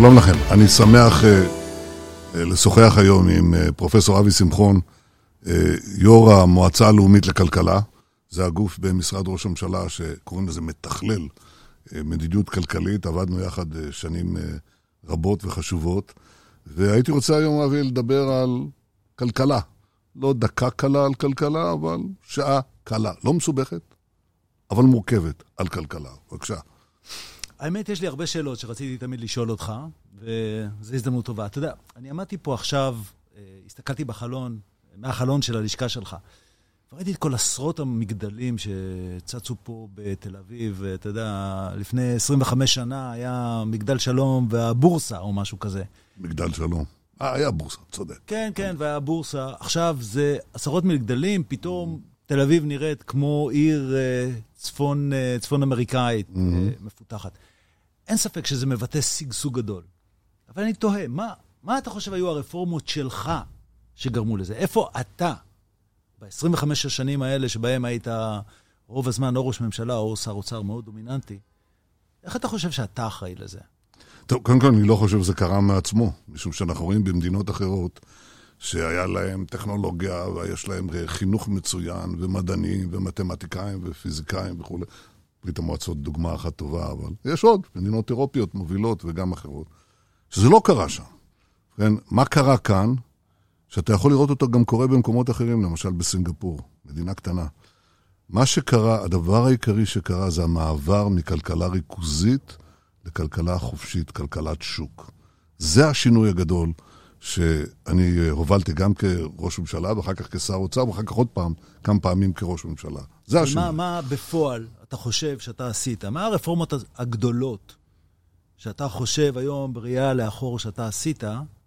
שלום לכם, אני שמח לשוחח היום עם פרופסור אבי שמחון, יו"ר המועצה הלאומית לכלכלה. זה הגוף במשרד ראש הממשלה שקוראים לזה מתכלל מדיניות כלכלית. עבדנו יחד שנים רבות וחשובות, והייתי רוצה היום, אבי, לדבר על כלכלה. לא דקה קלה על כלכלה, אבל שעה קלה. לא מסובכת, אבל מורכבת על כלכלה. בבקשה. האמת, יש לי הרבה שאלות שרציתי תמיד לשאול אותך, וזו הזדמנות טובה. אתה יודע, אני עמדתי פה עכשיו, הסתכלתי בחלון, מהחלון של הלשכה שלך, וראיתי את כל עשרות המגדלים שצצו פה בתל אביב, אתה יודע, לפני 25 שנה היה מגדל שלום והבורסה או משהו כזה. מגדל שלום. היה בורסה, צודק. כן, כן, והיה בורסה. עכשיו זה עשרות מגדלים, פתאום תל אביב נראית כמו עיר צפון אמריקאית מפותחת. אין ספק שזה מבטא סגסוג גדול. אבל אני תוהה, מה אתה חושב היו הרפורמות שלך שגרמו לזה? איפה אתה, ב-25 השנים האלה שבהם היית רוב הזמן או ראש ממשלה או שר אוצר מאוד דומיננטי, איך אתה חושב שאתה אחראי לזה? טוב, קודם כל אני לא חושב שזה קרה מעצמו, משום שאנחנו רואים במדינות אחרות שהיה להם טכנולוגיה ויש להם חינוך מצוין ומדענים ומתמטיקאים ופיזיקאים וכו'. ברית המועצות דוגמה אחת טובה, אבל יש עוד מדינות אירופיות מובילות וגם אחרות, שזה לא קרה שם. כן, מה קרה כאן? שאתה יכול לראות אותו גם קורה במקומות אחרים, למשל בסינגפור, מדינה קטנה. מה שקרה, הדבר העיקרי שקרה זה המעבר מכלכלה ריכוזית לכלכלה חופשית, כלכלת שוק. זה השינוי הגדול שאני הובלתי גם כראש ממשלה, ואחר כך כשר אוצר, ואחר כך עוד פעם, כמה פעמים כראש ממשלה. זה השינוי. מה בפועל אתה חושב שאתה עשית? מה הרפורמות הגדולות שאתה חושב היום בראייה לאחור שאתה עשית,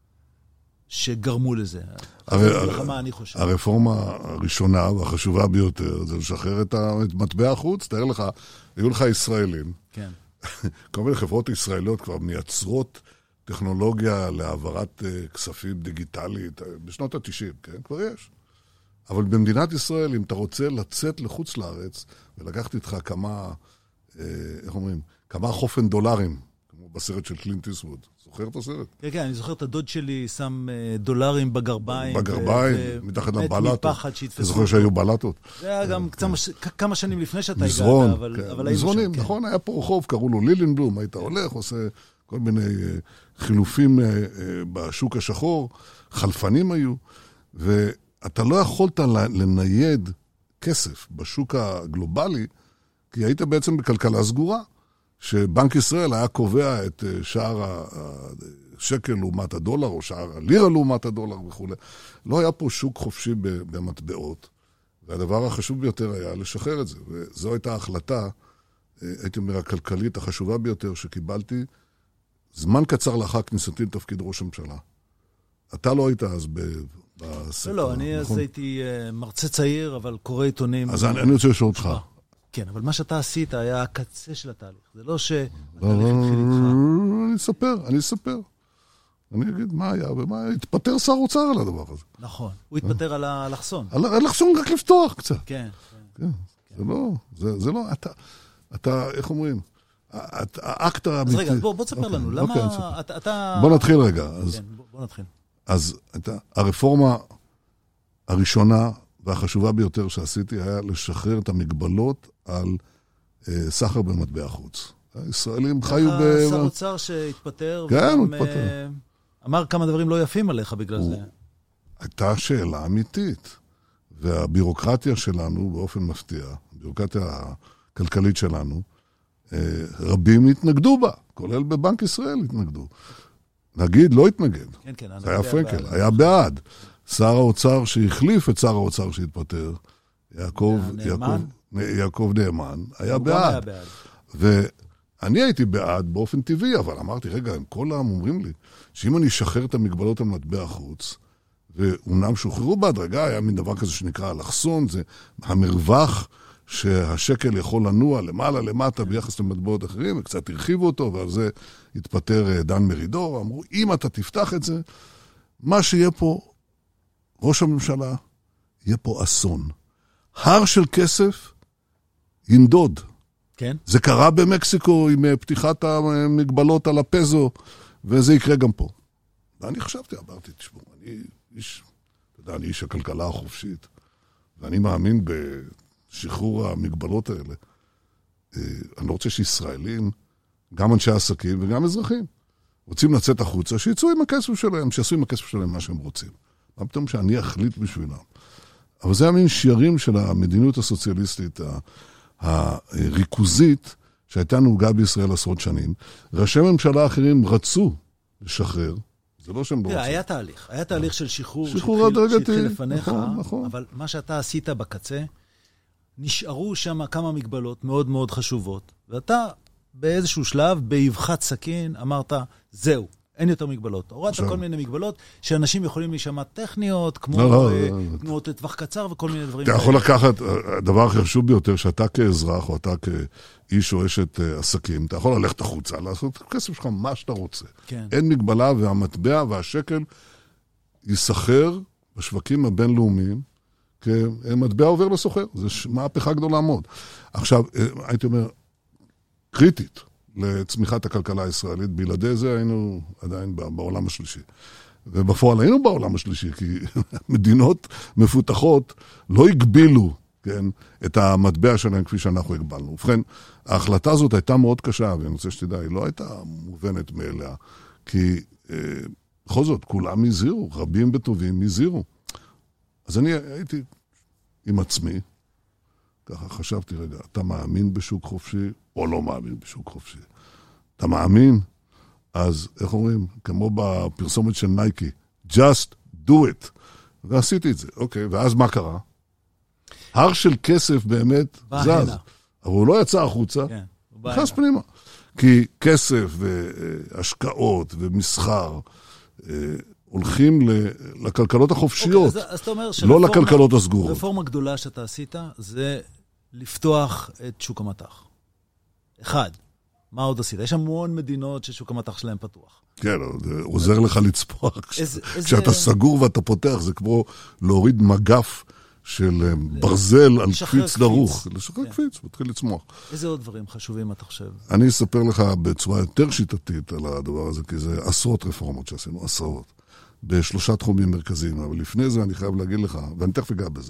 שגרמו לזה? הרפורמה הראשונה והחשובה ביותר זה לשחרר את מטבע החוץ. תאר לך, היו לך ישראלים. כן. כל מיני חברות ישראליות כבר מייצרות טכנולוגיה להעברת כספים דיגיטלית בשנות ה-90, כן? כבר יש. אבל במדינת ישראל, אם אתה רוצה לצאת לחוץ לארץ, ולקחת איתך כמה, איך אומרים, כמה חופן דולרים, כמו בסרט של קלינט איסווד. זוכר את הסרט? כן, כן, אני זוכר את הדוד שלי שם דולרים בגרביים. בגרביים, מתחת לבלטות. מפחד שהתפסו. אתה זוכר שהיו בלטות? זה היה גם כמה שנים לפני שאתה הגעת, מזרון, אבל היינו מזרונים, שם. נכון, היה פה רחוב, קראו לו לילנבלום, היית הולך, עושה כל מיני חילופים בשוק השחור, חלפנים היו, ואתה לא יכולת לנייד כסף בשוק הגלובלי, כי היית בעצם בכלכלה סגורה, שבנק ישראל היה קובע את שער השקל לעומת הדולר, או שער הלירה לעומת הדולר וכו'. לא היה פה שוק חופשי במטבעות, והדבר החשוב ביותר היה לשחרר את זה. וזו הייתה ההחלטה, הייתי אומר, הכלכלית החשובה ביותר שקיבלתי, זמן קצר לאחר כניסתי לתפקיד ראש הממשלה. אתה לא היית אז בסקטור. לא, אני אז הייתי מרצה צעיר, אבל קורא עיתונים. אז אני רוצה לשאול אותך. כן, אבל מה שאתה עשית היה הקצה של התהליך. זה לא שהתהליך התחיל איתך. אני אספר. אני אגיד מה היה ומה התפטר שר אוצר על הדבר הזה. נכון. הוא התפטר על האלכסון. על האלכסון רק לפתוח קצת. כן. זה לא, אתה, איך אומרים? האקט האמיתי. אז רגע, בוא תספר לנו. למה אתה... בוא נתחיל רגע. כן, בוא נתחיל. אז הרפורמה הראשונה והחשובה ביותר שעשיתי היה לשחרר את המגבלות על סחר במטבע חוץ. הישראלים חיו שר אוצר שהתפטר. כן, הוא התפטר. אמר כמה דברים לא יפים עליך בגלל זה. הייתה שאלה אמיתית. והבירוקרטיה שלנו, באופן מפתיע, הבירוקרטיה הכלכלית שלנו, רבים התנגדו בה, כולל בבנק ישראל התנגדו. נגיד, לא התנגד. כן, זה היה פרנקל, היה בעד. שר האוצר שהחליף את שר האוצר שהתפטר, יעקב נאמן, היה בעד. ואני הייתי בעד באופן טבעי, אבל אמרתי, רגע, כל העם אומרים לי, שאם אני אשחרר את המגבלות על מטבע החוץ, ואומנם שוחררו בהדרגה, היה מין דבר כזה שנקרא אלכסון, זה המרווח שהשקל יכול לנוע למעלה למטה ביחס למטבעות אחרים, וקצת הרחיבו אותו, ועל זה התפטר דן מרידור, אמרו, אם אתה תפתח את זה, מה שיהיה פה, ראש הממשלה, יהיה פה אסון. הר של כסף ינדוד. כן. זה קרה במקסיקו עם פתיחת המגבלות על הפזו, וזה יקרה גם פה. ואני חשבתי, אמרתי, תשמעו, אני איש הכלכלה החופשית, ואני מאמין בשחרור המגבלות האלה. אני לא רוצה שישראלים, גם אנשי עסקים וגם אזרחים, רוצים לצאת החוצה, שיצאו עם הכסף שלהם, שיעשו עם הכסף שלהם מה שהם רוצים. מה פתאום שאני אחליט בשבילם. אבל זה המין שיערים של המדיניות הסוציאליסטית, הריכוזית, שהייתה נהוגה בישראל עשרות שנים. ראשי ממשלה אחרים רצו לשחרר, זה לא שהם לא רצו. היה תהליך של שחרור שהתחיל לפניך, אבל מה שאתה עשית בקצה, נשארו שם כמה מגבלות מאוד מאוד חשובות, ואתה באיזשהו שלב, באבחת סכין, אמרת, זהו, אין יותר מגבלות. הורדת כל מיני מגבלות, שאנשים יכולים להישמע טכניות, כמו תנועות לטווח קצר וכל מיני דברים. אתה יכול לקחת, הדבר החשוב ביותר, שאתה כאזרח, או אתה כאיש או אשת עסקים, אתה יכול ללכת החוצה, לעשות את הכסף שלך מה שאתה רוצה. אין מגבלה, והמטבע והשקל ייסחר בשווקים הבינלאומיים, כמטבע עובר לסוחר. זה מהפכה גדולה מאוד. עכשיו, הייתי אומר, קריטית לצמיחת הכלכלה הישראלית, בלעדי זה היינו עדיין בעולם השלישי. ובפועל היינו בעולם השלישי, כי מדינות מפותחות לא הגבילו, כן, את המטבע שלהם כפי שאנחנו הגבלנו. ובכן, ההחלטה הזאת הייתה מאוד קשה, ואני רוצה שתדע, היא לא הייתה מובנת מאליה, כי בכל זאת, כולם הזהירו, רבים וטובים הזהירו. אז אני הייתי עם עצמי, ככה חשבתי, רגע, אתה מאמין בשוק חופשי או לא מאמין בשוק חופשי? אתה מאמין? אז איך אומרים? כמו בפרסומת של נייקי, just do it. ועשיתי את זה, אוקיי, ואז מה קרה? הר של כסף באמת זז. אבל הוא לא יצא החוצה, נכנס פנימה. כי כסף והשקעות ומסחר הולכים לכלכלות החופשיות, לא לכלכלות הסגורות. רפורמה גדולה שאתה עשית זה לפתוח את שוק המטח. אחד, מה עוד עשית? יש המון מדינות ששוק המטח שלהם פתוח. כן, זה עוזר לך לצפוח. כשאתה סגור ואתה פותח, זה כמו להוריד מגף של ברזל על קפיץ דרוך. לשחרר קפיץ, מתחיל לצמוח. איזה עוד דברים חשובים אתה חושב? אני אספר לך בצורה יותר שיטתית על הדבר הזה, כי זה עשרות רפורמות שעשינו, עשרות. בשלושה תחומים מרכזיים, אבל לפני זה אני חייב להגיד לך, ואני תכף אגע בזה,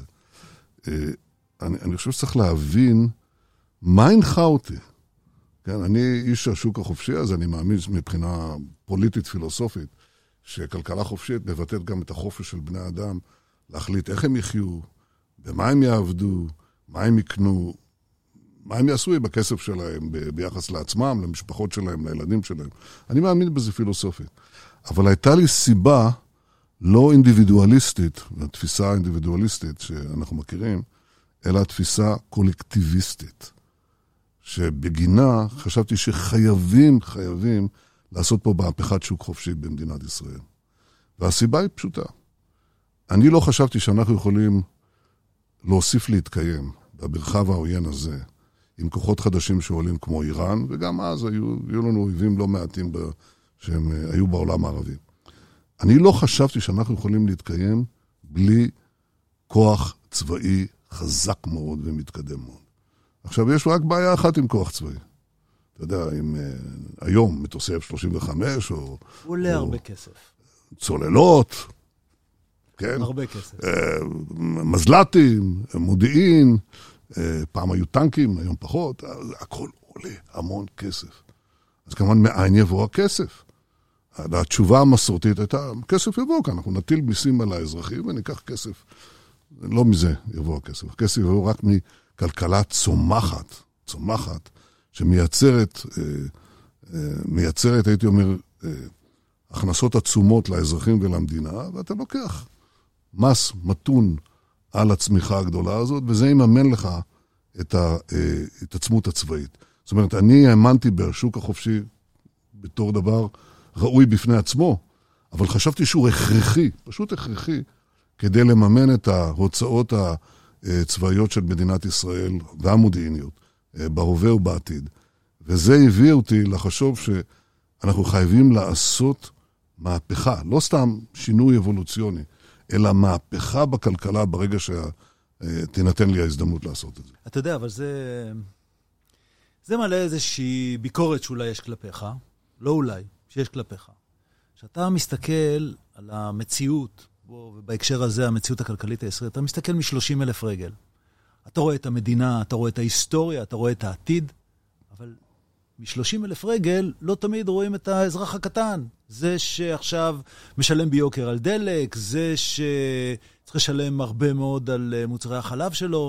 אני חושב שצריך להבין מה הנחה אותי. כן, אני איש השוק החופשי, אז אני מאמין מבחינה פוליטית פילוסופית, שכלכלה חופשית מבטאת גם את החופש של בני אדם, להחליט איך הם יחיו, במה הם יעבדו, מה הם יקנו, מה הם יעשו עם הכסף שלהם ביחס לעצמם, למשפחות שלהם, לילדים שלהם. אני מאמין בזה פילוסופית. אבל הייתה לי סיבה לא אינדיבידואליסטית, התפיסה האינדיבידואליסטית שאנחנו מכירים, אלא התפיסה קולקטיביסטית. שבגינה חשבתי שחייבים לעשות פה מהפכת שוק חופשי במדינת ישראל. והסיבה היא פשוטה. אני לא חשבתי שאנחנו יכולים להוסיף להתקיים במרחב העוין הזה, עם כוחות חדשים שעולים כמו איראן, וגם אז היו לנו אויבים לא מעטים שהם היו בעולם הערבי. אני לא חשבתי שאנחנו יכולים להתקיים בלי כוח צבאי חזק מאוד ומתקדם מאוד. עכשיו, יש רק בעיה אחת עם כוח צבאי. אתה יודע, עם היום מטוסי F-35 או... הוא עולה הרבה כסף. צוללות, כן? הרבה כסף. מזל"טים, מודיעין, פעם היו טנקים, היום פחות, הכל עולה המון כסף. אז כמובן, מאין יבוא הכסף? התשובה המסורתית הייתה, כסף יבוא, כי אנחנו נטיל מיסים על האזרחים וניקח כסף. לא מזה יבוא הכסף. הכסף יבוא רק מכלכלה צומחת, שמייצרת, הייתי אומר, הכנסות עצומות לאזרחים ולמדינה, ואתה לוקח מס מתון על הצמיחה הגדולה הזאת, וזה יממן לך את ההתעצמות הצבאית. זאת אומרת, אני האמנתי בשוק החופשי בתור דבר ראוי בפני עצמו, אבל חשבתי שהוא הכרחי, פשוט הכרחי, כדי לממן את ההוצאות הצבאיות של מדינת ישראל והמודיעיניות, בהווה ובעתיד. וזה הביא אותי לחשוב שאנחנו חייבים לעשות מהפכה, לא סתם שינוי אבולוציוני, אלא מהפכה בכלכלה ברגע שתינתן לי ההזדמנות לעשות את זה. אתה יודע, אבל זה מעלה איזושהי ביקורת שאולי יש כלפיך, לא אולי, שיש כלפיך. כשאתה מסתכל על המציאות, ובהקשר הזה המציאות הכלכלית הישראלית, אתה מסתכל מ-30,000 רגל. אתה רואה את המדינה, אתה רואה את ההיסטוריה, אתה רואה את העתיד, אבל מ-30,000 רגל לא תמיד רואים את האזרח הקטן. זה שעכשיו משלם ביוקר על דלק, זה שצריך לשלם הרבה מאוד על מוצרי החלב שלו.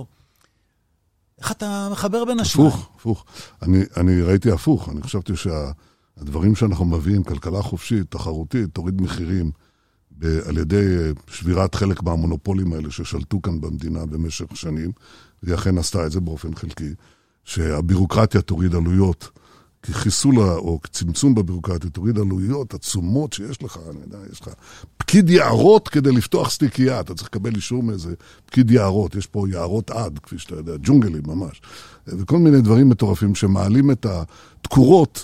איך אתה מחבר בין השניים? הפוך. אני ראיתי הפוך. אני חשבתי שהדברים שאנחנו מביאים, כלכלה חופשית, תחרותית, תוריד מחירים, על ידי שבירת חלק מהמונופולים האלה ששלטו כאן במדינה במשך שנים, והיא אכן עשתה את זה באופן חלקי, שהבירוקרטיה תוריד עלויות, כי חיסול או צמצום בבירוקרטיה תוריד עלויות עצומות שיש לך, אני יודע, יש לך פקיד יערות כדי לפתוח סטיקיה, אתה צריך לקבל אישור מאיזה פקיד יערות, יש פה יערות עד, כפי שאתה יודע, ג'ונגלים ממש, וכל מיני דברים מטורפים שמעלים את התקורות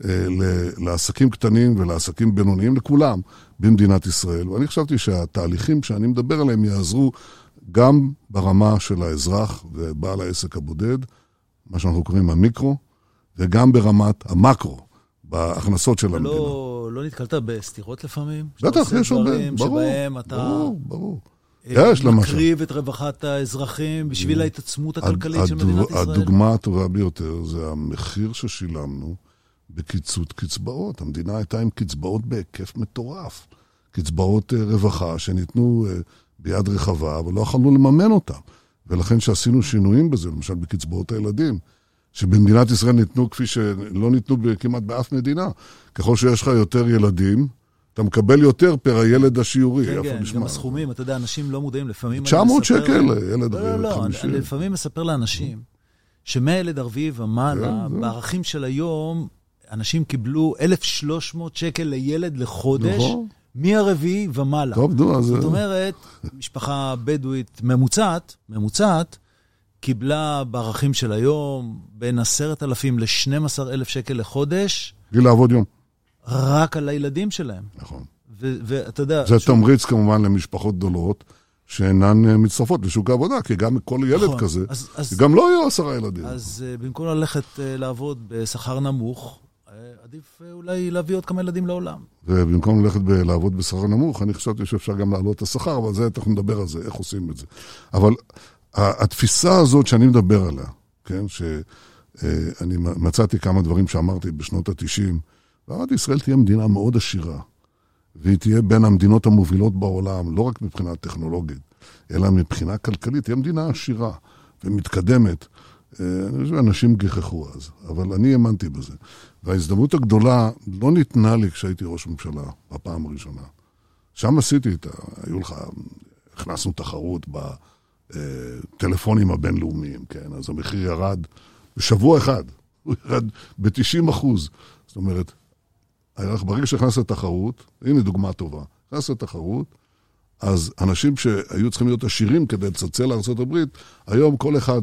לעסקים קטנים ולעסקים בינוניים, לכולם במדינת ישראל. ואני חשבתי שהתהליכים שאני מדבר עליהם יעזרו גם ברמה של האזרח ובעל העסק הבודד, מה שאנחנו קוראים המיקרו, וגם ברמת המקרו, בהכנסות של המדינה. לא נתקלת בסתירות לפעמים? בטח, יש הרבה, שבהם אתה ברור. מקריב את רווחת האזרחים בשביל ההתעצמות הכלכלית של מדינת ישראל? הדוגמה הטובה ביותר זה המחיר ששילמנו בקיצוץ קצבאות. המדינה הייתה עם קצבאות בהיקף מטורף. קצבאות רווחה שניתנו ביד רחבה, אבל לא יכולנו לממן אותם. ולכן שעשינו שינויים בזה, למשל בקצבאות הילדים, שבמדינת ישראל ניתנו כפי שלא ניתנו כמעט באף מדינה. ככל שיש לך יותר ילדים, אתה מקבל יותר פר הילד השיעורי. כן, גם הסכומים, אתה יודע, אנשים לא מודעים, לפעמים 900 שקל לילד 50. לפעמים מספר לאנשים, שמהילד הרביעי ומעלה, בערכים של היום, אנשים קיבלו 1,300 שקל לילד לחודש, מהרביעי ומעלה. זאת אומרת, משפחה בדואית ממוצעת, קיבלה בערכים של היום בין 10,000 ל-12,000 שקל לחודש. בלי לעבוד יום. רק על הילדים שלהם. נכון. ואתה יודע... זה תמריץ כמובן למשפחות גדולות, שאינן מצטרפות לשוק העבודה, כי גם כל ילד כזה, גם לא יהיו 10 ילדים. אז במקום ללכת לעבוד בשכר נמוך, עדיף אולי להביא עוד כמה ילדים לעולם. ובמקום ללכת לעבוד בשכר נמוך, אני חשבתי שאפשר גם לעלות את השכר, אבל זה, אנחנו נדבר על זה, איך עושים את זה. אבל התפיסה הזאת שאני מדבר עליה, כן, שאני מצאתי כמה דברים שאמרתי בשנות ה-90, ואמרתי, ישראל תהיה מדינה מאוד עשירה, והיא תהיה בין המדינות המובילות בעולם, לא רק מבחינה טכנולוגית, אלא מבחינה כלכלית, תהיה מדינה עשירה ומתקדמת. אנשים גיחכו אז, אבל אני האמנתי בזה. וההזדמנות הגדולה לא ניתנה לי כשהייתי ראש ממשלה, בפעם הראשונה. שם עשיתי את הכנסנו תחרות בטלפונים הבינלאומיים, כן? אז המחיר ירד בשבוע אחד, הוא ירד ב-90%. זאת אומרת, ברגע שהכנסת לתחרות, הנה דוגמה טובה, הכנסת לתחרות, אז אנשים שהיו צריכים להיות עשירים כדי לצלצל לארצות הברית, היום כל אחד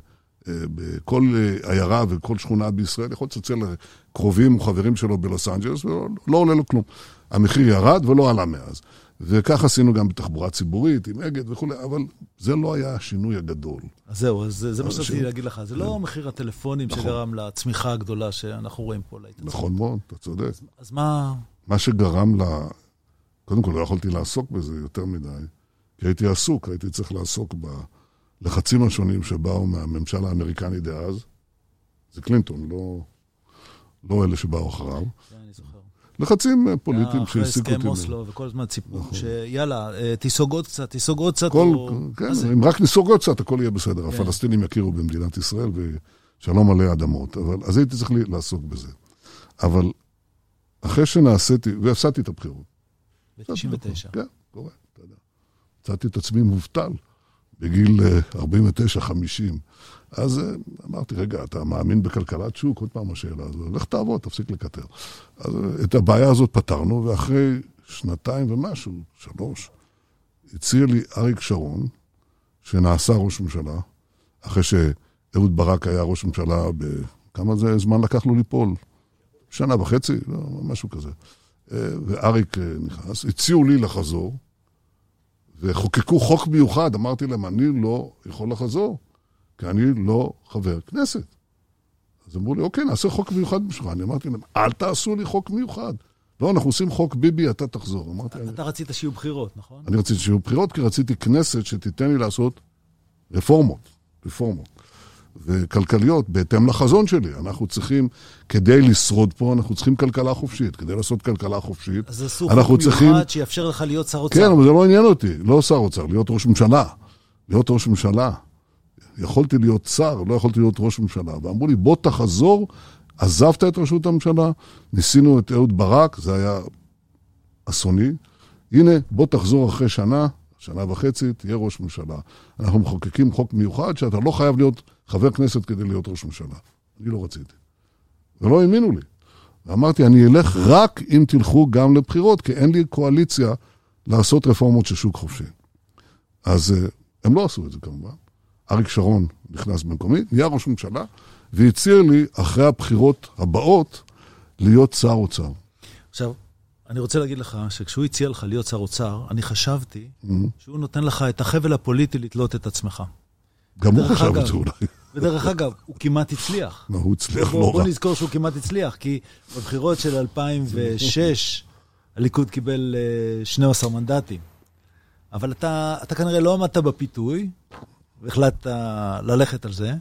בכל עיירה וכל שכונה בישראל יכול לצלצל לקרובים או חברים שלו בלוס אנג'לס, ולא עולה לו כלום. המחיר ירד ולא עלה מאז. וכך עשינו גם בתחבורה ציבורית, עם אגד וכו', אבל זה לא היה השינוי הגדול. אז זהו, אז זה מה שרציתי להגיד לך. זה לא מחיר הטלפונים שגרם לצמיחה הגדולה שאנחנו רואים פה. נכון מאוד, אתה צודק. אז מה... מה שגרם קודם כל לא יכולתי לעסוק בזה יותר מדי, כי הייתי עסוק, הייתי צריך לעסוק בלחצים השונים שבאו מהממשל האמריקני דאז. זה קלינטון, לא אלה שבאו אחריו. אני זוכר. לחצים פוליטיים שהעסיקו אותי. אחרי הסכם אוסלו וכל הזמן ציפו, שיאללה, תיסוג עוד קצת. כן, אם רק ניסוג עוד קצת, הכל יהיה בסדר. הפלסטינים יכירו במדינת ישראל ושלום עלי אדמות. אז הייתי צריך לעסוק בזה. אבל אחרי שנעשיתי, והפסדתי את הבחירות. ב-99. כן, קורה, אתה יודע. מצאתי את עצמי מובטל בגיל 49-50. אז אמרתי, רגע, אתה מאמין בכלכלת שוק? עוד פעם השאלה הזו. לך תעבוד, תפסיק לקטר. אז את הבעיה הזאת פתרנו, ואחרי 2 ומשהו, 3, הציע לי אריק שרון, שנעשה ראש ממשלה, אחרי שאהוד ברק היה ראש ממשלה, כמה זה זמן לקח לו ליפול? 1.5 שנה, לא, משהו כזה. ואריק נכנס, הציעו לי לחזור, וחוקקו חוק מיוחד, אמרתי להם, אני לא יכול לחזור, כי אני לא חבר כנסת. אז אמרו לי, אוקיי, נעשה חוק מיוחד בשביל. אני אמרתי להם, אל תעשו לי חוק מיוחד. לא, אנחנו עושים חוק ביבי, אתה תחזור. אמרתי, אתה רצית שיהיו בחירות, נכון? אני רציתי שיהיו בחירות, כי רציתי כנסת שתיתן לי לעשות רפורמות וכלכליות, בהתאם לחזון שלי. אנחנו צריכים, כדי לשרוד פה, אנחנו צריכים כלכלה חופשית. כדי לעשות כלכלה חופשית, אז זה סוג מיוחד שיאפשר לך להיות שר אוצר. כן, אבל זה לא עניין אותי, לא שר אוצר, להיות ראש ממשלה. להיות ראש ממשלה. יכולתי להיות שר, לא יכולתי להיות ראש ממשלה. ואמרו לי, בוא תחזור, עזבת את ראשות הממשלה, ניסינו את אהוד ברק, זה היה אסוני. הנה, בוא תחזור אחרי שנה וחצי, תהיה ראש ממשלה. אנחנו מחוקקים חוק מיוחד שאתה לא חייב להיות חבר כנסת כדי להיות ראש ממשלה. אני לא רציתי. ולא האמינו לי. ואמרתי, אני אלך רק אם תלכו גם לבחירות, כי אין לי קואליציה לעשות רפורמות של שוק חופשי. אז הם לא עשו את זה כמובן. אריק שרון נכנס במקומי, נהיה ראש ממשלה, והציע לי אחרי הבחירות הבאות להיות שר אוצר. עכשיו, אני רוצה להגיד לך שכשהוא הציע לך להיות שר אוצר, אני חשבתי שהוא נותן לך את החבל הפוליטי לתלות את עצמך. גם הוא חשב את זה אולי. ודרך אגב, הוא כמעט הצליח. הוא הצליח לא רע. בוא נזכור שהוא כמעט הצליח, כי בבחירות של 2006, הליכוד קיבל 12 מנדטים. אבל אתה כנראה לא עמדת בפיתוי, והחלטת ללכת על זה.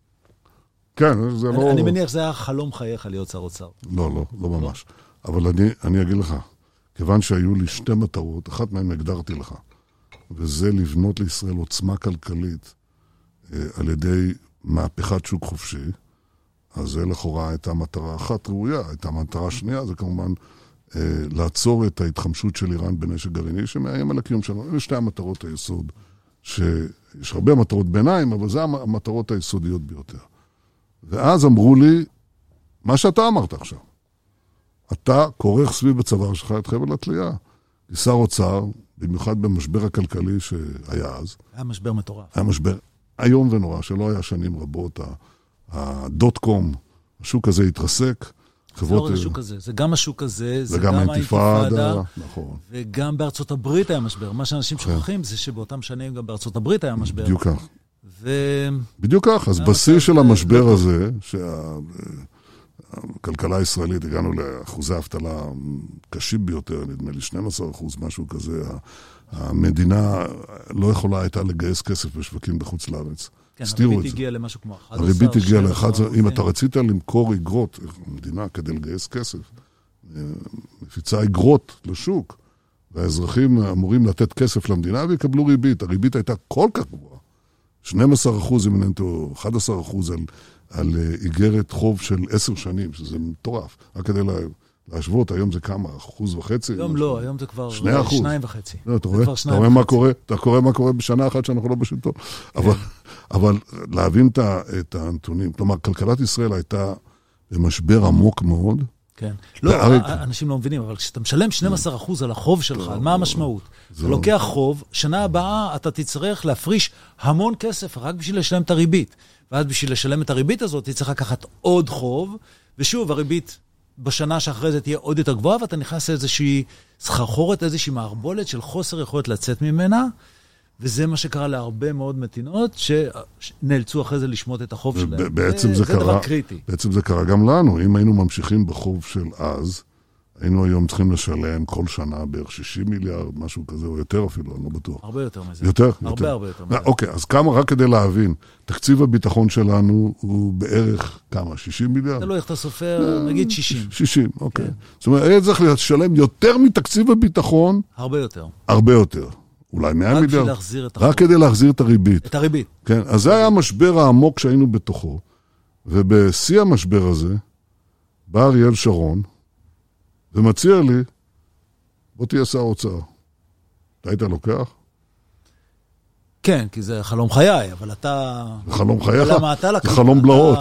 כן, זה לא... אני מניח שזה היה חלום חייך להיות שר אוצר. לא ממש. אבל אני אגיד לך, כיוון שהיו לי שתי מטרות, אחת מהן הגדרתי לך, וזה לבנות לישראל עוצמה כלכלית על ידי מהפכת שוק חופשי, אז זה לכאורה הייתה מטרה אחת ראויה, הייתה מטרה שנייה, זה כמובן לעצור את ההתחמשות של איראן בנשק גרעיני, שמאיים על הקיום שלנו. אלה שתי המטרות היסוד, שיש הרבה מטרות ביניים, אבל זה המטרות היסודיות ביותר. ואז אמרו לי, מה שאתה אמרת עכשיו, אתה כורך סביב בצוואר שלך את חבל התלייה. שר אוצר, במיוחד במשבר הכלכלי שהיה אז. היה משבר מטורף. היה משבר איום ונורא, שלא היה שנים רבות. הדוט-קום, השוק הזה התרסק. זה לא רק השוק הזה, זה גם השוק הזה, זה גם האינתיפאדה, נכון. וגם בארצות הברית היה משבר. מה שאנשים שוכחים זה שבאותם שנים גם בארצות הברית היה משבר. בדיוק כך. בדיוק כך, אז בשיא של המשבר הזה, הכלכלה הישראלית, הגענו לאחוזי אבטלה קשים ביותר, נדמה לי 12%, משהו כזה. המדינה לא יכולה הייתה לגייס כסף בשווקים בחוץ לארץ. כן, הריבית הגיעה למשהו כמו 11. הריבית הגיעה ל-11. אם אתה רצית למכור אגרות, המדינה כדי לגייס כסף, מפיצה אגרות לשוק, והאזרחים אמורים לתת כסף למדינה ויקבלו ריבית. הריבית הייתה כל כך גבוהה. 12%, אם נתנו 11% על איגרת חוב של 10 שנים, שזה מטורף. רק כדי להשוות, היום זה כמה? 1.5%? היום לא, היום זה כבר 2.5%. לא, אתה רואה מה קורה בשנה אחת שאנחנו לא בשלטון. אבל להבין את הנתונים, כלומר, כלכלת ישראל הייתה במשבר עמוק מאוד. כן. לא, אנשים לא מבינים, אבל כשאתה משלם 12% על החוב שלך, על מה המשמעות? אתה לוקח חוב, שנה הבאה אתה תצטרך להפריש המון כסף רק בשביל לשלם את הריבית. ואז בשביל לשלם את הריבית הזאת, תצטרך לקחת עוד חוב, ושוב, הריבית בשנה שאחרי זה תהיה עוד יותר גבוהה, ואתה נכנס לאיזושהי סחרחורת, איזושהי מערבולת של חוסר יכולת לצאת ממנה, וזה מה שקרה להרבה מאוד מדינות, שנאלצו אחרי זה לשמוט את החוב שלהם. זה דבר קריטי. בעצם זה קרה גם לנו. אם היינו ממשיכים בחוב של אז, היינו היום צריכים לשלם כל שנה בערך 60 מיליארד, משהו כזה, או יותר אפילו, אני לא בטוח. הרבה יותר מזה. יותר? הרבה יותר מזה. אוקיי, אז כמה, רק כדי להבין, תקציב הביטחון שלנו הוא בערך כמה? 60 מיליארד? אתה לא איך אתה סופר, נגיד 60. 60, אוקיי. זאת אומרת, היה צריך לשלם יותר מתקציב הביטחון. הרבה יותר. הרבה יותר. אולי 100 מיליארד. רק כדי להחזיר את הריבית. את הריבית. כן, אז זה היה המשבר העמוק שהיינו בתוכו, ובשיא המשבר הזה, בא אריאל שרון, ומציע לי, בוא תהיה שר אוצר. אתה היית לוקח? כן, כי זה חלום חיי, אבל אתה... חלום חייך? למה אתה לקח? זה חלום בלעות.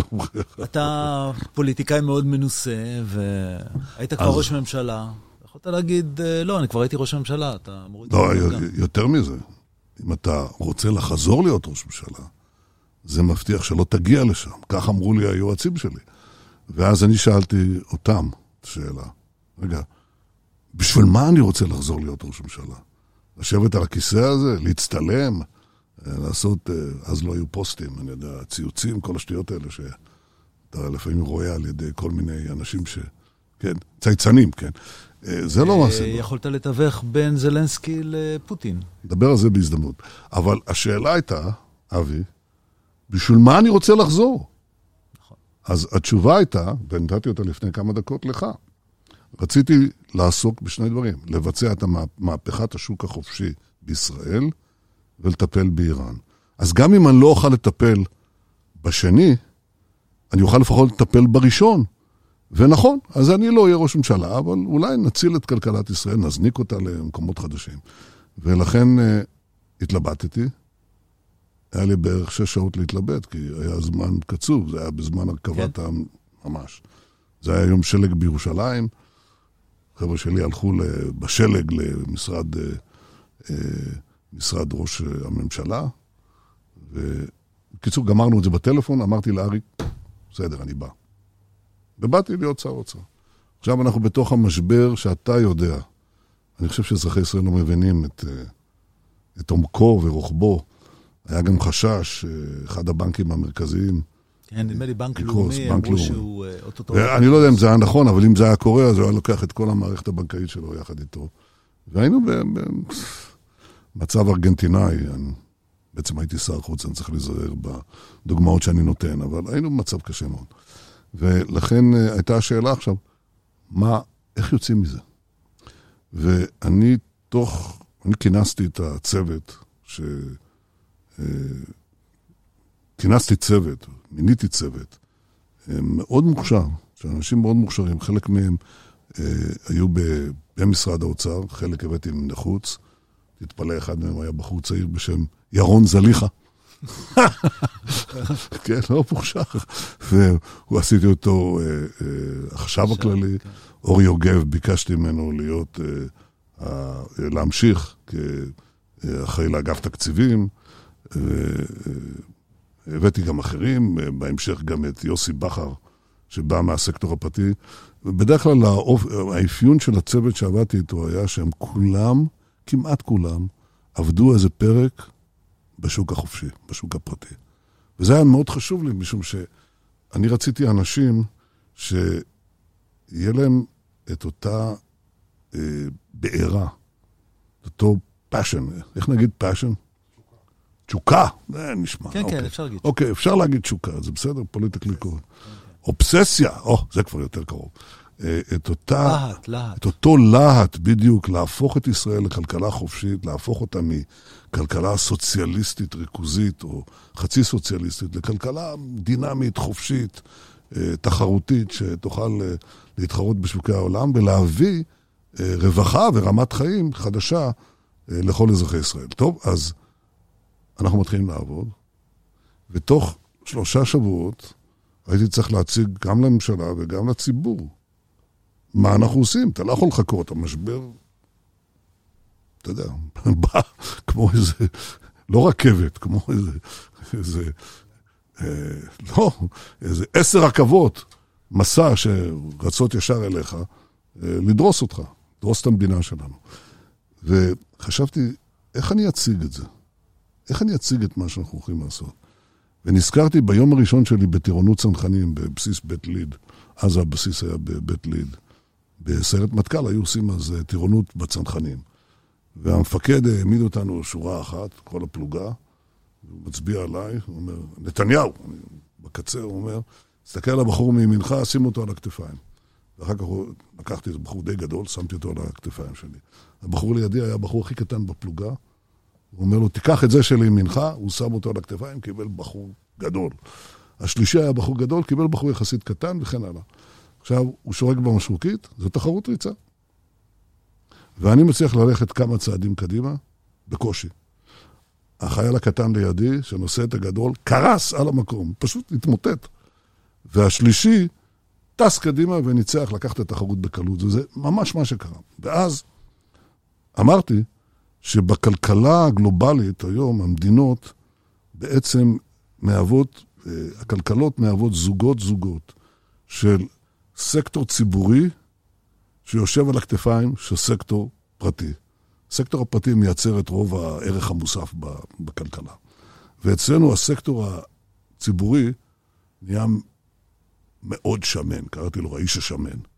אתה פוליטיקאי מאוד מנוסה, והיית כבר ראש ממשלה. יכולת להגיד, לא, אני כבר הייתי ראש ממשלה, אתה מוריד... לא, יותר מזה. אם אתה רוצה לחזור להיות ראש ממשלה, זה מבטיח שלא תגיע לשם. כך אמרו לי היועצים שלי. ואז אני שאלתי אותם שאלה. רגע, בשביל מה אני רוצה לחזור להיות ראש ממשלה? לשבת על הכיסא הזה, להצטלם, לעשות, אז לא היו פוסטים, אני יודע, ציוצים, כל השטויות האלה שאתה לפעמים רואה על ידי כל מיני אנשים כן, צייצנים, כן. זה לא מעשה. יכולת לתווך בין זלנסקי לפוטין. נדבר על זה בהזדמנות. אבל השאלה הייתה, אבי, בשביל מה אני רוצה לחזור? נכון. אז התשובה הייתה, ונתתי אותה לפני כמה דקות לך, רציתי לעסוק בשני דברים, לבצע את מהפכת השוק החופשי בישראל, ולטפל באיראן. אז גם אם אני לא אוכל לטפל בשני, אני אוכל לפחות לטפל בראשון. ונכון, אז אני לא אהיה ראש ממשלה, אבל אולי נציל את כלכלת ישראל, נזניק אותה למקומות חדשים. ולכן התלבטתי, היה לי בערך 6 שעות להתלבט, כי היה זמן קצוב, זה היה בזמן הרכבת ממש. זה היה יום שלג בירושלים, חבר'ה שלי הלכו בשלג למשרד ראש הממשלה, ובקיצור גמרנו את זה בטלפון, אמרתי לארי, בסדר, אני בא. ובאתי להיות שר אוצר. עכשיו אנחנו בתוך המשבר שאתה יודע, אני חושב שאזרחי ישראל לא מבינים את עומקו ורוחבו. היה גם חשש, אחד הבנקים המרכזיים, כן, נדמה לי בנק לאומי, אמרו שהוא אוטוטו. אני לא יודע אם זה היה נכון, אבל אם זה היה קורה, אז הוא היה לוקח את כל המערכת הבנקאית שלו יחד איתו. והיינו במצב ארגנטינאי, בעצם הייתי שר חוץ, אני צריך להיזהר בדוגמאות שאני נותן, אבל היינו במצב קשה מאוד. ולכן הייתה השאלה עכשיו, איך יוצאים מזה? ואני כינסתי את הצוות, כינסתי צוות, מיניתי צוות, מאוד מוכשר, שאנשים מאוד מוכשרים, חלק מהם היו במשרד האוצר, חלק הבאתי מן החוץ, תתפלא, אחד מהם היה בחור צעיר בשם ירון זליחה, כן, לא מוכשר, והוא עשיתי אותו החשב הכללי, אורי יוגב, ביקשתי ממנו להיות, להמשיך כאחראי לאגף תקציבים, הבאתי גם אחרים, בהמשך גם את יוסי בחר, שבא מהסקטור הפרטי. בדרך כלל האפיון של הצוות שעבדתי איתו היה שהם כולם, כמעט כולם, עבדו איזה פרק בשוק החופשי, בשוק הפרטי. וזה היה מאוד חשוב לי, משום שאני רציתי אנשים שיהיה להם את אותה בעירה, אותו passion. איך נגיד passion? תשוקה, זה נשמע. כן, כן, אפשר להגיד. אוקיי, אפשר להגיד תשוקה, זה בסדר, פוליטיקלי קורקט. אובססיה, זה כבר יותר קרוב. את אותו להט בדיוק, להפוך את ישראל לכלכלה חופשית, להפוך אותה מכלכלה סוציאליסטית ריכוזית, או חצי סוציאליסטית, לכלכלה דינמית, חופשית, תחרותית, שתוכל להתחרות בשוקי העולם, ולהביא רווחה ורמת חיים חדשה לכל אזרחי ישראל. טוב, אז אנחנו מתחילים לעבוד, ותוך 3 שבועות הייתי צריך להציג גם לממשלה וגם לציבור מה אנחנו עושים. אתה לא יכול לחכות, המשבר, אתה יודע, בא כמו איזה, לא רכבת, כמו איזה 10 רכבות, מסע שרצות ישר אליך, לדרוס אותך, לדרוס את המדינה שלנו. וחשבתי, איך אני אציג את זה? איך אני אציג את מה שאנחנו הולכים לעשות? ונזכרתי ביום הראשון שלי בטירונות צנחנים, בבסיס בית ליד, אז הבסיס היה בבית ליד, בסיירת מטכ"ל היו עושים אז טירונות בצנחנים. והמפקד העמיד אותנו שורה אחת, כל הפלוגה, הוא מצביע עליי, הוא אומר, נתניהו, בקצה הוא אומר, תסתכל על הבחור מימינך, שים אותו על הכתפיים. ואחר כך לקחתי איזה בחור די גדול, שמתי אותו על הכתפיים שלי. הבחור לידי היה הבחור הכי קטן בפלוגה, הוא אומר לו, תיקח את זה שלימינך, הוא שם אותו על הכתפיים, קיבל בחור גדול. השלישי היה בחור גדול, קיבל בחור יחסית קטן וכן הלאה. עכשיו, הוא שורק במשרוקית, זו תחרות ריצה. ואני מצליח ללכת כמה צעדים קדימה, בקושי. החייל הקטן לידי, שנושא את הגדול, קרס על המקום, פשוט התמוטט. והשלישי טס קדימה וניצח, לקח את התחרות בקלות. זה ממש מה שקרה. ואז אמרתי שבכלכלה הגלובלית היום, המדינות בעצם מהוות, הכלכלות מהוות זוגות של סקטור ציבורי שיושב על הכתפיים של סקטור פרטי. הסקטור הפרטי מייצר את רוב הערך המוסף בכלכלה. ואצלנו הסקטור הציבורי נהיה מאוד שמן, קראתי לו האיש השמן.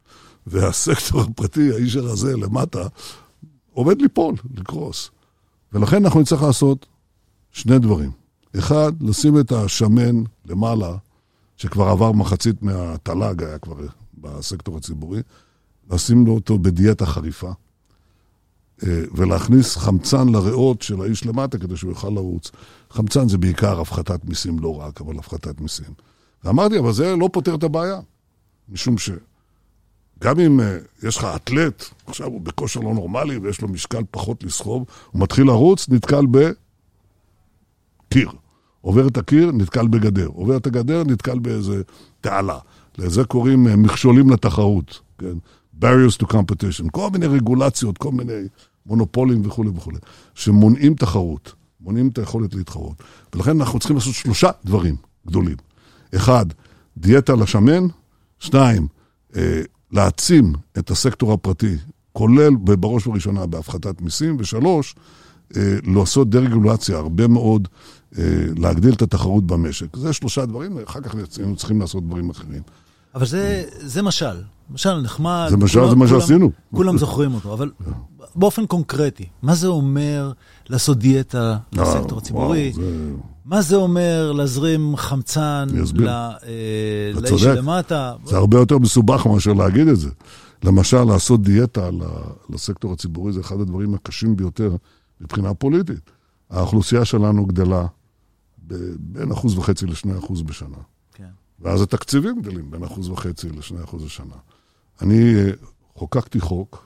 והסקטור הפרטי, האיש הרזה למטה, עומד ליפול, לקרוס. ולכן אנחנו נצטרך לעשות שני דברים. אחד, לשים את השמן למעלה, שכבר עבר מחצית מהתל"ג, היה כבר בסקטור הציבורי, לשים לו אותו בדיאטה חריפה, ולהכניס חמצן לריאות של האיש למטה, כדי שהוא יוכל לרוץ. חמצן זה בעיקר הפחתת מיסים, לא רק, אבל הפחתת מיסים. ואמרתי, אבל זה לא פותר את הבעיה. משום שגם אם יש לך אתלט, עכשיו הוא בכושר לא נורמלי, ויש לו משקל פחות לסחוב, הוא מתחיל לרוץ, נתקל בקיר. עובר את הקיר, נתקל בגדר. עובר את הגדר, נתקל באיזה תעלה. לזה קוראים מכשולים לתחרות. כן? barriers to competition. כל מיני רגולציות, כל מיני מונופולים וכו' וכו'. שמונעים תחרות. מונעים את היכולת להתחרות. ולכן אנחנו צריכים לעשות 3 דברים גדולים. 1, דיאטה לשמן. 2, להעצים את הסקטור הפרטי, כולל בראש ובראשונה בהפחתת מיסים. ו3, לעשות דרגולציה, הרבה מאוד להגדיל את התחרות במשק. זה 3 דברים, אחר כך אנחנו צריכים לעשות דברים אחרים. אבל זה משל. משל נחמד. זה משל, זה מה שעשינו. כולם זוכרים אותו, אבל באופן קונקרטי, מה זה אומר לעשות דיאטה לסקטור הציבורי? מה זה אומר להזרים חמצן לאיש למטה? זה הרבה יותר מסובך מאשר להגיד את זה. למשל, לעשות דיאטה לסקטור הציבורי, זה אחד הדברים הקשים ביותר מבחינה פוליטית. האוכלוסייה שלנו גדלה בין 1.5% ל2% בשנה. כן. ואז התקציבים גדלים בין 1.5% ל2% בשנה. אני חוקקתי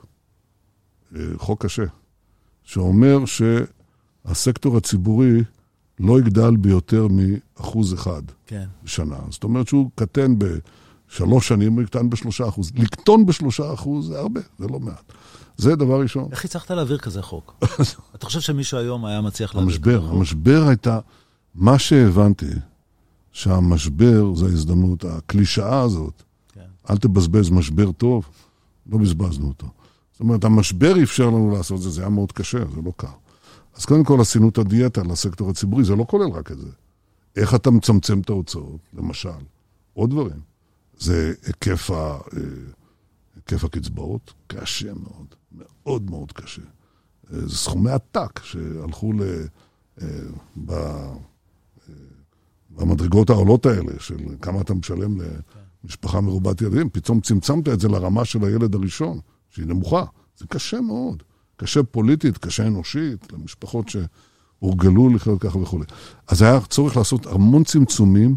חוק קשה, שאומר שהסקטור הציבורי לא יגדל ביותר מ1% כן. בשנה. זאת אומרת שהוא קטן ב3 שנים, הוא יקטן ב3%. לקטון ב3% זה הרבה, זה לא מעט. זה דבר ראשון. איך הצלחת להעביר כזה חוק? אתה חושב שמישהו היום היה מצליח להעביר כזה חוק? המשבר הייתה, מה שהבנתי, שהמשבר זה ההזדמנות, הקלישאה הזאת, כן. אל תבזבז משבר טוב, לא בזבזנו אותו. זאת אומרת, המשבר אפשר לנו לעשות זה, זה היה מאוד קשה, זה לא קר. אז קודם כל עשינו את הדיאטה לסקטור הציבורי, זה לא כולל רק את זה. איך אתה מצמצם את ההוצאות, למשל, עוד דברים. זה היקף הקצבאות, קשה מאוד, מאוד מאוד קשה. זה סכומי עתק שהלכו במדרגות העולות האלה, של כמה אתה משלם למשפחה מרובת ילדים, פתאום צמצמת את זה לרמה של הילד הראשון, שהיא נמוכה. זה קשה מאוד. קשה פוליטית, קשה אנושית, למשפחות שהורגלו לחיות ככה וכו'. אז היה צורך לעשות המון צמצומים,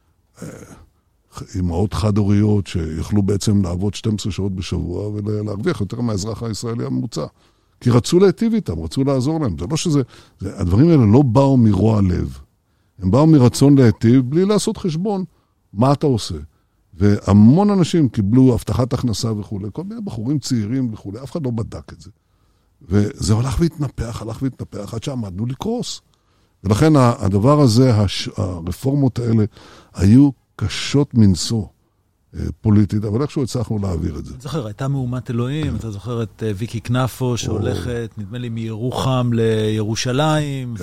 אמהות חד-הוריות שיכלו בעצם לעבוד 12 שעות בשבוע ולהרוויח יותר מהאזרח הישראלי הממוצע. כי רצו להיטיב איתם, רצו לעזור להם. זה לא שזה, הדברים האלה לא באו מרוע לב. הם באו מרצון להיטיב בלי לעשות חשבון. מה אתה עושה? והמון אנשים קיבלו הבטחת הכנסה וכו'. כל מיני בחורים צעירים וכו'. אף אחד לא בדק את זה. וזה הלך והתנפח, עד שעמדנו לקרוס. ולכן הדבר הזה, הרפורמות האלה, היו קשות מנשוא פוליטית, אבל איכשהו הצלחנו להעביר את זה. אני זוכר, הייתה מהומת אלוהים, אתה זוכר את ויקי קנפו, שהולכת, נדמה לי, מירוחם לירושלים,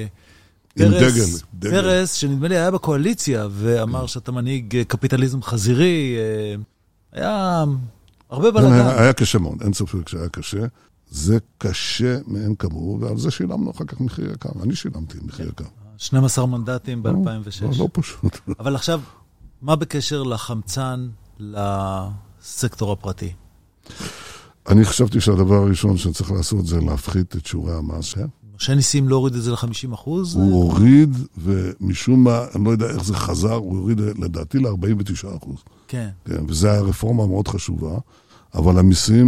פרס, שנדמה לי היה בקואליציה, ואמר שאתה מנהיג קפיטליזם חזירי, היה הרבה בלגן. היה קשה מאוד, אין ספק שהיה קשה. זה קשה מאין כמוהו, ועל זה שילמנו אחר כך מחיר יקר. אני שילמתי מחיר יקר. 12 מנדטים ב-2006. לא פשוט. אבל עכשיו, מה בקשר לחמצן לסקטור הפרטי? אני חשבתי שהדבר הראשון שצריך לעשות זה להפחית את שיעורי המס. משה ניסים לא הוריד את זה ל-50%? הוא הוריד, ומשום מה, אני לא יודע איך זה חזר, הוא הוריד לדעתי ל-49%. כן. וזו היה רפורמה מאוד חשובה, אבל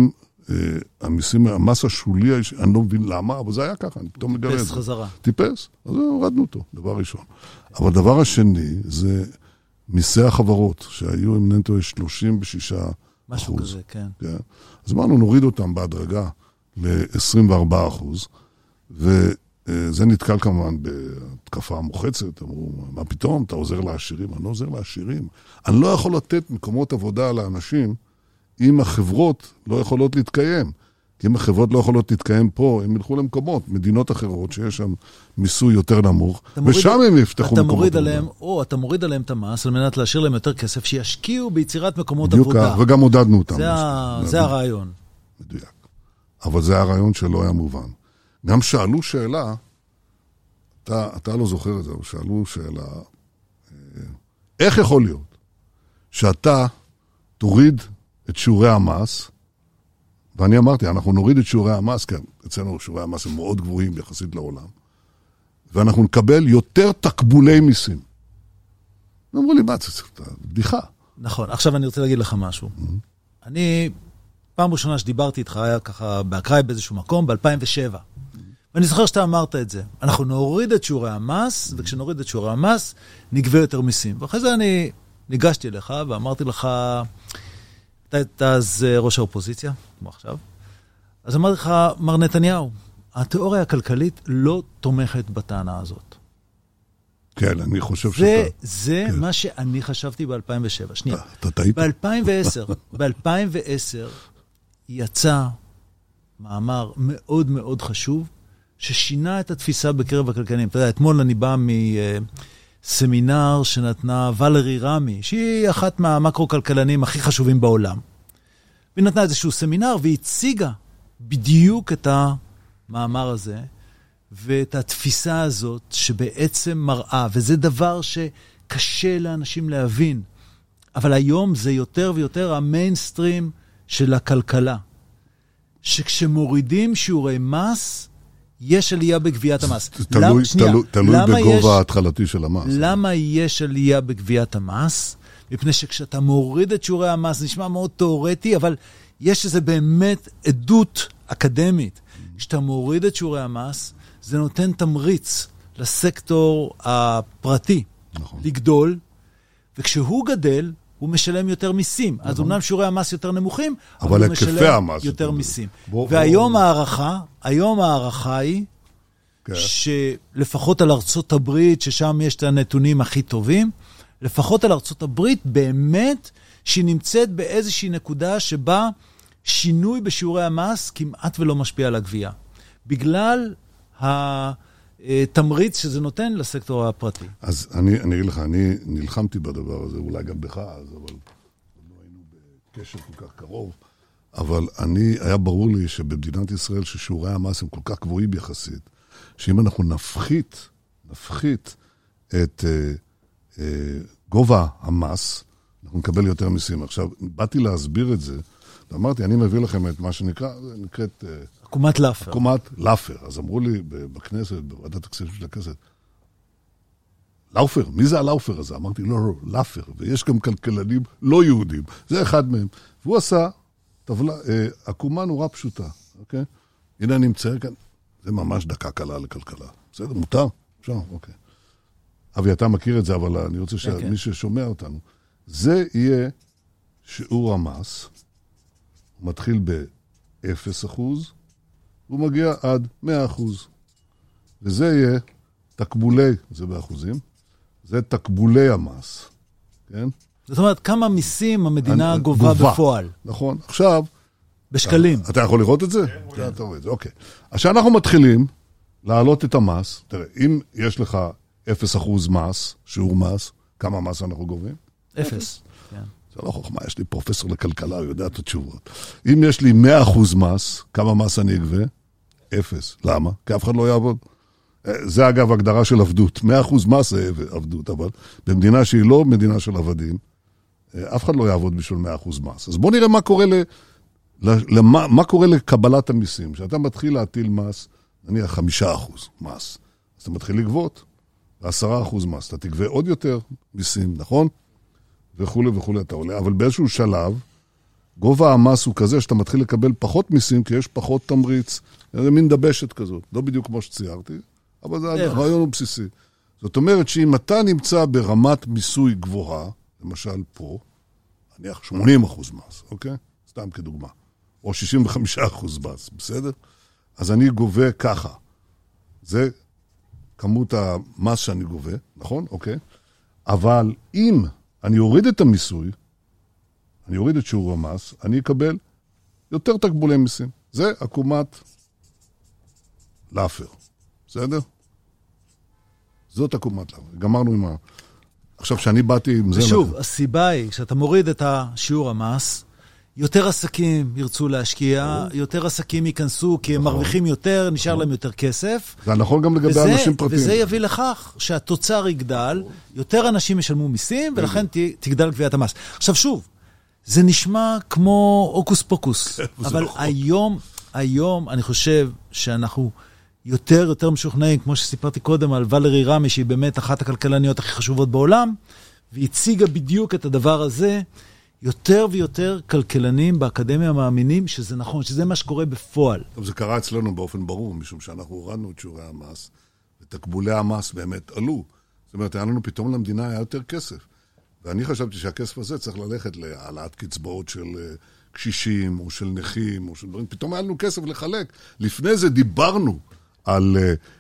המס השולי, אני לא מבין למה, אבל זה היה ככה, אני פתאום מגרד. טיפס חזרה. טיפס, אז הורדנו אותו, דבר ראשון. אבל דבר השני, זה מיסי החברות, שהיו עם נטו 36%. משהו כזה, כן. אז אמרנו, נוריד אותם בהדרגה ל-24%, וזה נתקל כמובן בתקפה מוחצת, אמרו, מה פתאום, אתה עוזר לעשירים? אני לא עוזר לעשירים. אני לא יכול לתת מקומות עבודה לאנשים, אם החברות לא יכולות להתקיים. כי אם החברות לא יכולות להתקיים פה, הם ילכו למקומות, מדינות אחרות שיש שם מיסוי יותר נמוך, ושם הם יפתחו מקומות עבודה. או אתה מוריד עליהם את המס, על מנת להשאיר להם יותר כסף, שישקיעו ביצירת מקומות עבודה. וגם עודדנו אותם. זה הרעיון. מדויק. אבל זה הרעיון שלא היה מובן. גם שאלו שאלה, אתה לא זוכר את זה, אבל שאלו שאלה, איך יכול להיות שאתה תוריד את שיעורי המס, ואני אמרתי, אנחנו נוריד את שיעורי המס, כן, אצלנו שיעורי המס הם מאוד גבוהים יחסית לעולם, ואנחנו נקבל יותר תקבולי מיסים. אמרו לי, מה זה בדיחה? נכון, עכשיו אני רוצה להגיד לך משהו. אני, פעם ראשונה שדיברתי איתך, היה ככה באקראי באיזשהו מקום, ב-2007. ואני זוכר שאתה אמרת את זה. אנחנו נוריד את שיעורי המס, וכשנוריד את שיעורי המס, נגבה יותר מיסים. ואחרי זה אני ניגשתי אליך ואמרתי לך, אתה אז ראש האופוזיציה, כמו עכשיו. אז אמרתי לך, מר נתניהו, התיאוריה הכלכלית לא תומכת בטענה הזאת. כן, אני חושב שאתה... זה מה שאני חשבתי ב-2007. שנייה. אתה טעית? ב-2010 יצא מאמר מאוד מאוד חשוב, ששינה את התפיסה בקרב הכלכלנים. אתה יודע, אתמול אני בא מסמינר שנתנה ולרי רמי, שהיא אחת מהמקרו-כלכלנים הכי חשובים בעולם. והיא נתנה איזשהו סמינר, והיא הציגה בדיוק את המאמר הזה, ואת התפיסה הזאת שבעצם מראה, וזה דבר שקשה לאנשים להבין, אבל היום זה יותר ויותר המיינסטרים של הכלכלה. שכשמורידים שיעורי מס, יש עלייה בגביית המס. תלוי בגובה ההתחלתי של המס. למה יש עלייה בגביית המס? מפני שכשאתה מוריד את שיעורי המס, זה נשמע מאוד תיאורטי, אבל יש איזה באמת עדות אקדמית. כשאתה מוריד את שיעורי המס, זה נותן תמריץ לסקטור הפרטי לגדול, וכשהוא גדל, הוא משלם יותר מיסים. אז אומנם שיעורי המס יותר נמוכים, אבל הוא משלם יותר מיסים. והיום הערכה היא, שלפחות על ארצות הברית, ששם יש את הנתונים הכי טובים, לפחות על ארצות הברית באמת שהיא נמצאת באיזושהי נקודה שבה שינוי בשיעורי המס כמעט ולא משפיע על הגבייה. בגלל התמריץ שזה נותן לסקטור הפרטי. אז אני אגיד לך, אני נלחמתי בדבר הזה, אולי גם בך אז, אבל לא היינו בקשר כל כך קרוב, אבל היה ברור לי שבמדינת ישראל ששיעורי המס הם כל כך גבוהים יחסית, שאם אנחנו נפחית את גובה המס, אנחנו נקבל יותר מיסים. עכשיו, באתי להסביר את זה, ואמרתי, אני מביא לכם את מה נקראת... עקומת לאפר. עקומת לאפר. אז אמרו לי בכנסת, בוועדת הכספים של הכנסת, לאופר, מי זה הלאופר הזה? אמרתי, לא, לאפר. ויש גם כלכלנים לא יהודים. זה אחד מהם. והוא עשה עקומה נורא פשוטה. אוקיי? הנה אני מצייר כאן. זה ממש דקה קלה לכלכלה. בסדר, מותר? אפשר, אוקיי. אבי, אתה מכיר את זה, אבל אני רוצה שמי ששומע אותנו, זה יהיה שיעור המס, הוא מתחיל ב-0%, הוא מגיע עד 100%. וזה יהיה תקבולי, זה באחוזים, זה תקבולי המס, כן? זאת אומרת, כמה מיסים המדינה גובה בפועל. נכון, עכשיו... בשקלים. אתה יכול לראות את זה? כן. אתה רואה את זה, אוקיי. אז שאנחנו מתחילים להעלות את המס, תראה, אם יש לך 0% מס, שיעור מס, כמה מס אנחנו גובים? 0. כן. זה לא חוכמה, יש לי פרופסור לכלכלה, הוא יודע את התשובות. אם יש לי 100% מס, כמה מס אני אגבה? 0. למה? כי אף אחד לא יעבוד. זה אגב הגדרה של עבדות. 100% מס זה עבדות, אבל במדינה שהיא לא מדינה של עבדים, אף אחד לא יעבוד בשביל 100% מס. אז בוא נראה מה קורה לקבלת המיסים. כשאתה מתחיל להטיל מס, נניח 5% מס, אז אתה מתחיל לגבות 10% מס. אתה תגבה עוד יותר מיסים, נכון? וכו' וכו' אתה עולה. אבל באיזשהו שלב, גובה המס הוא כזה שאתה מתחיל לקבל פחות מיסים, כי יש פחות תמריץ. זה מין דבשת כזאת. לא בדיוק כמו שציירתי, אבל זה הרעיון הבסיסי. זאת אומרת שאם אתה נמצא ברמת מיסוי גבוהה, למשל פה, נניח 80% מס, אוקיי? סתם כדוגמה. או 65% מס, בסדר? אז אני גובה ככה. זה כמות המס שאני גובה, נכון? אוקיי? אבל אם אני אוריד את המיסוי, אני אוריד את שיעור המס, אני אקבל יותר תקבולי מיסים. זה עקומת לאפר. בסדר? זאת עקומת לאפר. גמרנו עם עכשיו, שאני באתי עם זה... ושוב, הסיבה היא, כשאתה מוריד את השיעור המס, יותר עסקים ירצו להשקיע, יותר עסקים ייכנסו, כי הם מרוויחים יותר, נשאר להם יותר כסף. זה נכון גם לגבי אנשים פרטיים. וזה יביא לכך שהתוצר יגדל, יותר אנשים ישלמו מיסים, ולכן תגדל גביית המס. עכשיו שוב, זה נשמע כמו אוקוס פוקוס, אבל היום אני חושב שאנחנו יותר משוכנעים, כמו שסיפרתי קודם על ולרי רמי, שהיא באמת אחת הכלכלניות הכי חשובות בעולם, והציגה בדיוק את הדבר הזה, יותר ויותר כלכלנים באקדמיה מאמינים שזה נכון, שזה מה שקורה בפועל. זה קרה אצלנו באופן ברור, משום שאנחנו הורדנו את שיעורי המס, ותקבולי המס באמת עלו. זאת אומרת, היה לנו פתאום למדינה היה יותר כסף. ואני חשבתי שהכסף הזה צריך ללכת להעלאת קצבאות של קשישים, או של נכים, או של דברים. פתאום היה לנו כסף לחלק. לפני זה דיברנו על,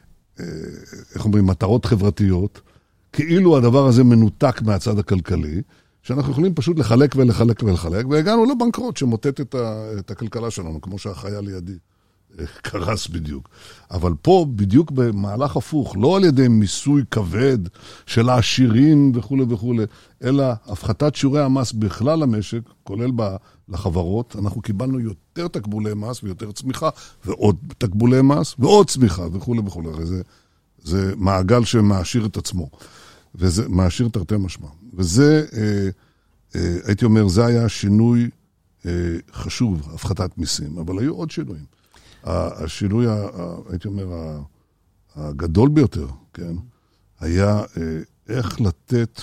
איך אומרים, מטרות חברתיות, כאילו הדבר הזה מנותק מהצד הכלכלי, שאנחנו יכולים פשוט לחלק ולחלק ולחלק, והגענו לבנקרות שמוטט את הכלכלה שלנו, כמו שהחיה לידי קרס בדיוק. אבל פה בדיוק במהלך הפוך, לא על ידי מיסוי כבד של העשירים וכו' וכו', אלא הפחתת שיעורי המס בכלל המשק, כולל לחברות, אנחנו קיבלנו יותר תקבולי מס ויותר צמיחה, ועוד תקבולי מס ועוד צמיחה וכו' וכו'. זה מעגל שמעשיר את עצמו. וזה מעשיר תרתי משמע. וזה, הייתי אומר, זה היה שינוי חשוב, הפחתת מיסים, אבל היו עוד שינויים. השינוי, הייתי אומר, הגדול ביותר, כן, היה איך לתת,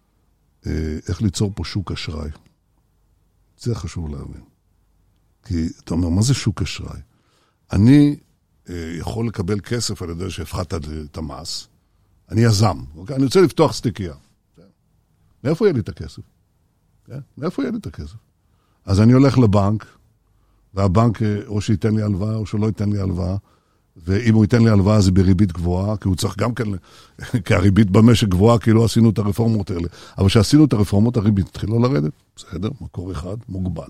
איך ליצור פה שוק אשראי. זה חשוב להבין. כי אתה אומר, מה זה שוק אשראי? אני יכול לקבל כסף על ידי שהפחתת את המס, אני יזם, אוקיי? אני רוצה לפתוח סטיקיה. מאיפה יהיה לי את הכסף? מאיפה יהיה לי את הכסף? אז אני הולך לבנק, והבנק או שייתן לי הלוואה או שלא ייתן לי הלוואה, ואם הוא ייתן לי הלוואה זה בריבית גבוהה, כי הוא צריך גם כן, כי הריבית במשק גבוהה, כי לא עשינו את הרפורמות האלה. אבל כשעשינו את הרפורמות, הריבית התחילה לרדת. בסדר, מקור אחד, מוגבל.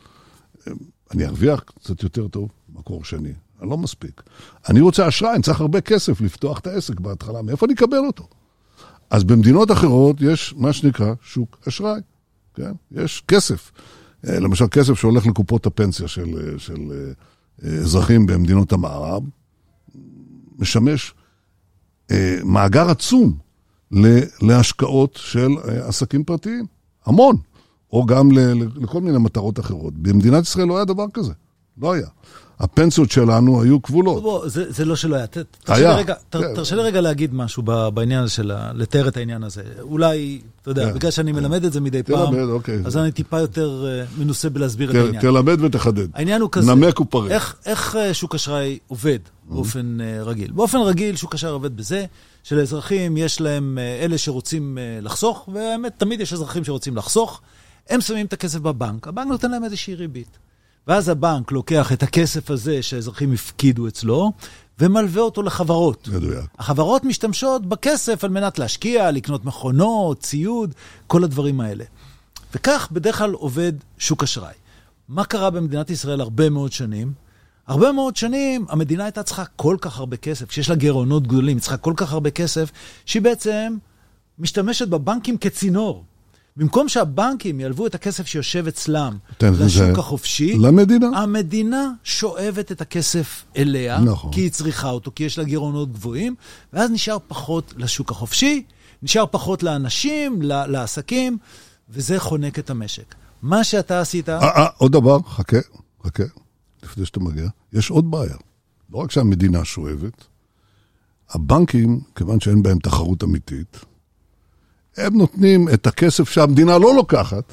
אני ארוויח קצת יותר טוב, מקור שני. אני לא מספיק. אני רוצה אשראי, אני צריך הרבה כסף לפתוח את העסק בהתחלה. מאיפה אני אקבל אותו? אז במדינות אחרות יש מה שנקרא שוק אשראי. כן? יש כסף. למשל, כסף שהולך לקופות הפנסיה של אזרחים במדינות המערב, משמש מאגר עצום להשקעות של עסקים פרטיים. המון. או גם לכל מיני מטרות אחרות. במדינת ישראל לא היה דבר כזה. לא היה. הפנסיות שלנו היו כבולות. זה לא שלא היה. תרשה לי רגע להגיד משהו בעניין הזה לתאר את העניין הזה. אולי, אתה יודע, בגלל שאני מלמד את זה מדי פעם, אז אני טיפה יותר מנוסה בלהסביר את העניין. תלמד ותחדד. העניין הוא כזה. נמק ופרק. איך שוק אשראי עובד באופן רגיל? באופן רגיל שוק אשראי עובד בזה, שלאזרחים יש להם אלה שרוצים לחסוך, והאמת תמיד יש אזרחים שרוצים לחסוך, הם שמים את הכסף בבנק, הבנק נותן להם איזושהי ריבית. ואז הבנק לוקח את הכסף הזה שהאזרחים הפקידו אצלו, ומלווה אותו לחברות. מדויק. החברות משתמשות בכסף על מנת להשקיע, לקנות מכונות, ציוד, כל הדברים האלה. וכך בדרך כלל עובד שוק אשראי. מה קרה במדינת ישראל הרבה מאוד שנים? הרבה מאוד שנים המדינה הייתה צריכה כל כך הרבה כסף, שיש לה גירעונות גדולים, היא צריכה כל כך הרבה כסף, שהיא בעצם משתמשת בבנקים כצינור. במקום שהבנקים ילוו את הכסף שיושב אצלם לשוק החופשי, למדינה. המדינה שואבת את הכסף אליה, נכון. כי היא צריכה אותו, כי יש לה גירעונות גבוהים, ואז נשאר פחות לשוק החופשי, נשאר פחות לאנשים, לעסקים, וזה חונק את המשק. מה שאתה עשית... עוד דבר, חכה, לפני שאתה מגיע, יש עוד בעיה. לא רק שהמדינה שואבת, הבנקים, כיוון שאין בהם תחרות אמיתית, הם נותנים את הכסף שהמדינה לא לוקחת,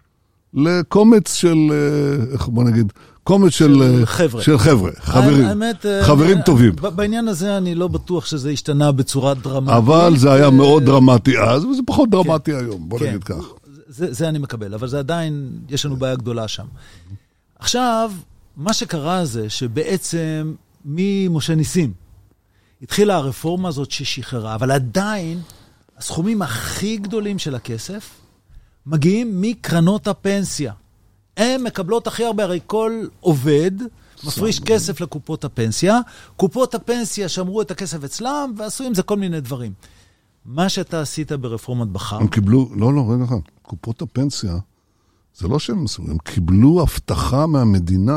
לקומץ של, איך בוא נגיד, קומץ של חבר'ה, חברים טובים. בעניין הזה אני לא בטוח שזה השתנה בצורה דרמטית. אבל זה היה מאוד דרמטי אז, וזה פחות דרמטי היום, בוא נגיד כך. זה אני מקבל, אבל זה עדיין, יש לנו בעיה גדולה שם. עכשיו, מה שקרה זה שבעצם ממשה ניסים התחילה הרפורמה הזאת ששחררה, אבל עדיין הסכומים הכי גדולים של הכסף מגיעים מקרנות הפנסיה. הם מקבלות הכי הרבה, הרי כל עובד מפריש כסף לקופות הפנסיה, קופות הפנסיה שמרו את הכסף אצלם, ועשו עם זה כל מיני דברים. מה שאתה עשית ברפורמת בכר... הם קיבלו, לא, רגע אחד, קופות הפנסיה, זה לא שהם עשו, הם קיבלו הבטחה מהמדינה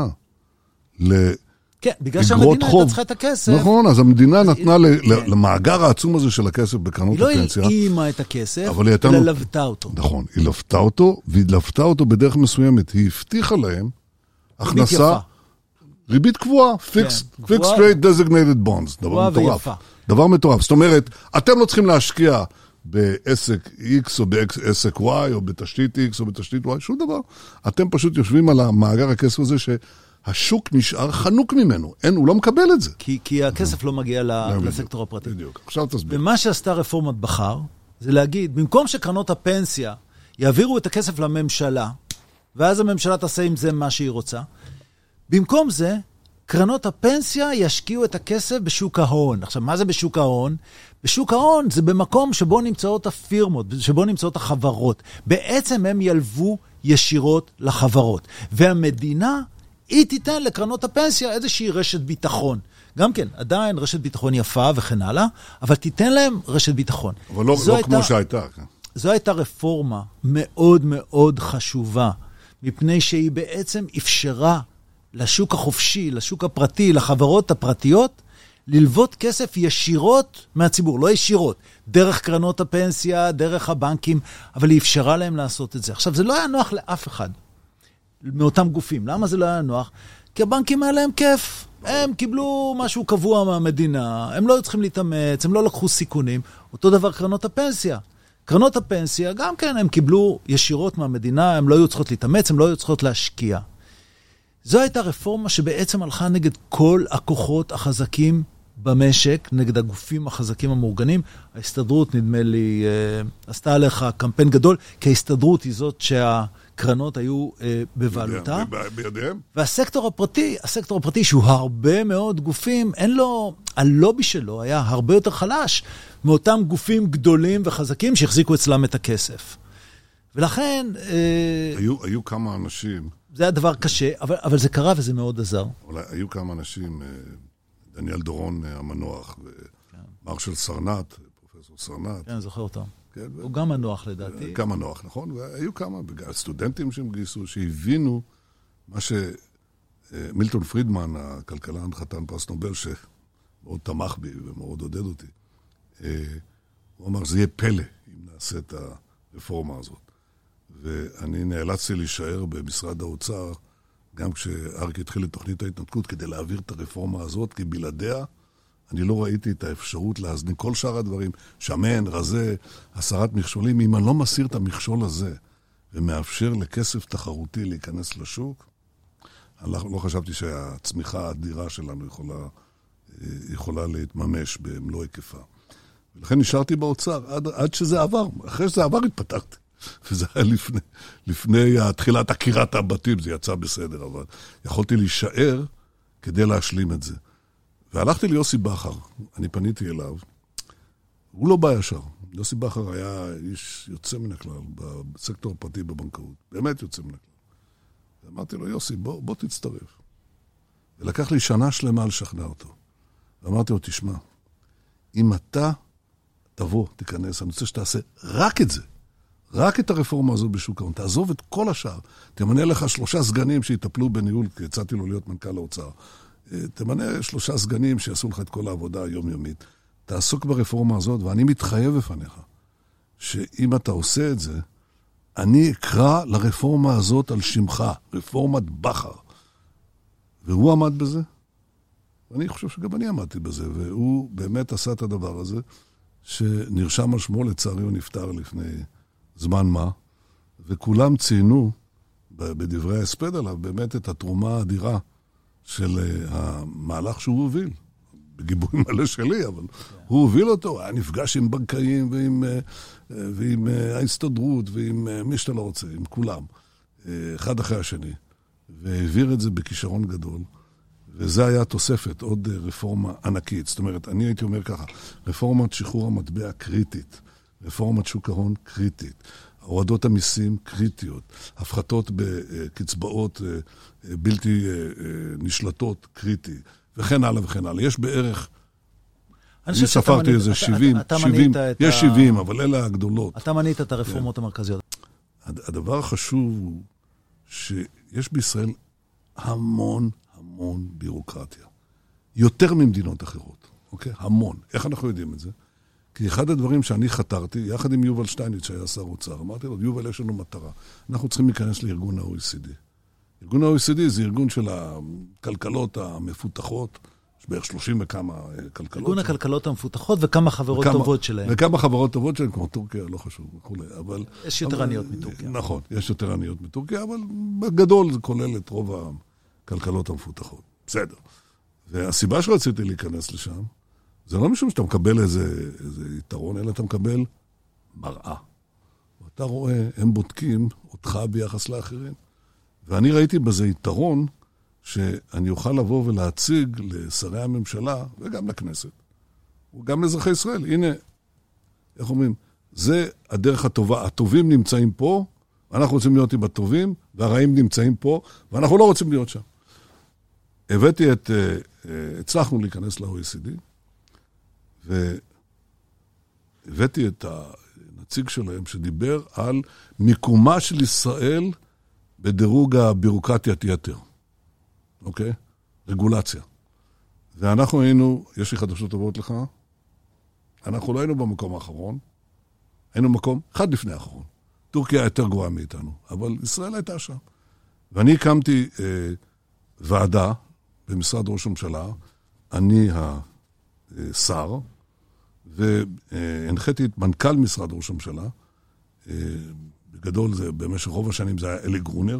כן, בגלל שהמדינה הייתה צריכה את הכסף. נכון, אז המדינה נתנה למאגר העצום הזה של הכסף בקרנות הפנסיה. היא לא הלאימה את הכסף, אלא לבטה אותו. נכון, היא לבטה אותו, והיא לבטה אותו בדרך מסוימת. היא הבטיחה להם הכנסה, ריבית קבועה, fixed rate designated bonds. דבר מטורף. דבר מטורף. זאת אומרת, אתם לא צריכים להשקיע בעסק X או בעסק Y או בתשתית X או בתשתית Y, שום דבר. אתם פשוט יושבים על המאגר הכסף הזה השוק נשאר חנוק ממנו. הוא לא מקבל את זה. כי הכסף לא מגיע לסקטור הפרטי. בדיוק. עכשיו תסביר. ומה שעשתה רפורמת בכר, זה להגיד, במקום שקרנות הפנסיה יעבירו את הכסף לממשלה, ואז הממשלה תעשה עם זה מה שהיא רוצה, במקום זה, קרנות הפנסיה ישקיעו את הכסף בשוק ההון. עכשיו, מה זה בשוק ההון? בשוק ההון זה במקום שבו נמצאות הפירמות, שבו נמצאות החברות. בעצם הם ילוו ישירות לחברות. והמדינה היא תיתן לקרנות הפנסיה איזושהי רשת ביטחון. גם כן, עדיין רשת ביטחון יפה וכן הלאה, אבל תיתן להם רשת ביטחון. אבל לא כמו שהייתה. זו הייתה רפורמה מאוד מאוד חשובה, מפני שהיא בעצם אפשרה לשוק החופשי, לשוק הפרטי, לחברות הפרטיות, ללוות כסף ישירות מהציבור, לא ישירות, דרך קרנות הפנסיה, דרך הבנקים, אבל היא אפשרה להם לעשות את זה. עכשיו, זה לא היה נוח לאף אחד. מאותם גופים. למה זה לא היה נוח? כי הבנקים היה להם כיף. הם קיבלו משהו קבוע מהמדינה, הם לא צריכים להתאמץ, הם לא לקחו סיכונים. אותו דבר קרנות הפנסיה. קרנות הפנסיה, גם כן, הם קיבלו ישירות מהמדינה, הם לא היו צריכות להתאמץ, הם לא היו צריכות להשקיע. זו הייתה רפורמה שבעצם הלכה נגד כל הכוחות החזקים במשק, נגד הגופים החזקים המאורגנים. ההסתדרות, נדמה לי, עשתה עליך קמפיין גדול, כי ההסתדרות היא זאת קרנות היו בבעלותה. בידיהם. והסקטור הפרטי, שהוא הרבה מאוד גופים, אין לו, הלובי שלו היה הרבה יותר חלש מאותם גופים גדולים וחזקים שהחזיקו אצלם את הכסף. ולכן... היו כמה אנשים... זה היה דבר קשה, אבל זה קרה וזה מאוד עזר. היו כמה אנשים, דניאל דורון המנוח, ומרשל סרנט, פרופסור סרנט. כן, אני זוכר אותם. הוא גם מנוח לדעתי. גם מנוח, נכון? והיו כמה סטודנטים שהם גייסו, שהבינו מה שמילטון פרידמן, הכלכלן חתן פרס נובל, שמאוד תמך בי ומאוד עודד אותי, הוא אמר, זה יהיה פלא אם נעשה את הרפורמה הזאת. ואני נאלצתי להישאר במשרד האוצר, גם כשארק התחיל את תוכנית ההתנתקות, כדי להעביר את הרפורמה הזאת, כי בלעדיה, אני לא ראיתי את האפשרות להזניק כל שאר הדברים, שמן, רזה, הסרת מכשולים. אם אני לא מסיר את המכשול הזה ומאפשר לכסף תחרותי להיכנס לשוק, אני לא חשבתי שהצמיחה האדירה שלנו יכולה להתממש במלוא היקפה. ולכן נשארתי באוצר עד שזה עבר. אחרי שזה עבר התפתחתי. וזה היה לפני תחילת עקירת הבתים, זה יצא בסדר, אבל יכולתי להישאר כדי להשלים את זה. והלכתי ליוסי בכר, אני פניתי אליו, הוא לא בא ישר. יוסי בכר היה איש יוצא מן הכלל בסקטור הפרטי בבנקאות, באמת יוצא מן הכלל. ואמרתי לו, יוסי, בוא תצטרף. ולקח לי שנה שלמה לשכנע אותו. ואמרתי לו, תשמע, אם אתה תבוא, תיכנס, אני רוצה שתעשה רק את זה, רק את הרפורמה הזו בשוק ההון, תעזוב את כל השאר, תמנה לך 3 סגנים שיטפלו בניהול, כי הצעתי לו להיות מנכ"ל האוצר, תמנה 3 סגנים שיעשו לך את כל העבודה היומיומית, תעסוק ברפורמה הזאת, ואני מתחייב בפניך, שאם אתה עושה את זה, אני אקרא לרפורמה הזאת על שמך, רפורמת בכר. והוא עמד בזה, ואני חושב שגם אני עמדתי בזה, והוא באמת עשה את הדבר הזה, שנרשם על שמו, לצערי הוא נפטר לפני זמן מה, וכולם ציינו בדברי ההספד עליו באמת את התרומה האדירה של המהלך שהוא הוביל. בגיבוי מלא שלי, אבל הוא הוביל אותו, היה נפגש עם בנקאים ועם ההסתדרות ועם מי שאתה לא רוצה, עם כולם, אחד אחרי השני, והעביר את זה בכישרון גדול, וזה היה תוספת, עוד רפורמה ענקית. זאת אומרת, אני הייתי אומר ככה, רפורמת שחרור המטבע קריטית, רפורמת שוק ההון קריטית, הורדות המיסים קריטיות, הפחתות בקצבאות בלתי נשלטות קריטי, וכן הלאה וכן הלאה. יש בערך, אני ספרתי איזה 70, יש 70, אבל אלה הגדולות. אתה מנית את הרפורמות המרכזיות. הדבר החשוב הוא שיש בישראל המון בירוקרטיה. יותר ממדינות אחרות, אוקיי? המון. איך אנחנו יודעים את זה? כי אחד הדברים שאני חתרתי, יחד עם יובל שטייניץ, שהיה שר אוצר, אמרתי לו, יובל, יש לנו מטרה. אנחנו צריכים להיכנס לארגון ה-OECD. ארגון ה-OECD זה ארגון של הכלכלות המפותחות, יש בערך 30 וכמה כלכלות. ארגון הכלכלות המפותחות וכמה חברות טובות שלהם. וכמה חברות טובות שלהם, כמו טורקיה, לא חשוב, וכולי. יש יותר עניות מטורקיה. נכון, יש יותר עניות מטורקיה, אבל בגדול זה כולל את רוב הכלכלות המפותחות. בסדר. והסיבה שרציתי להיכנס לשם, זה לא משום שאתה מקבל איזה יתרון, אלא אתה מקבל מראה. ואתה רואה, הם בודקים אותך ביחס לאחרים. ואני ראיתי בזה יתרון שאני אוכל לבוא ולהציג לשרי הממשלה, וגם לכנסת, וגם לאזרחי ישראל. הנה, איך אומרים, זה הדרך הטובה. הטובים נמצאים פה, ואנחנו רוצים להיות עם הטובים, והרעים נמצאים פה, ואנחנו לא רוצים להיות שם. הצלחנו להיכנס ל-OECD, והבאתי את הנציג שלהם שדיבר על מיקומה של ישראל בדירוג הבירוקרטיית יתר. אוקיי? רגולציה. ואנחנו היינו, יש לי חדשות טובות לך, אנחנו לא היינו במקום האחרון, היינו במקום אחד לפני האחרון. טורקיה יותר גרועה מאיתנו, אבל ישראל הייתה שם. ואני הקמתי ועדה במשרד ראש הממשלה, אני השר, והנחיתי את מנכ"ל משרד ראש הממשלה, בגדול זה, במשך רוב השנים זה היה אלי גרונר,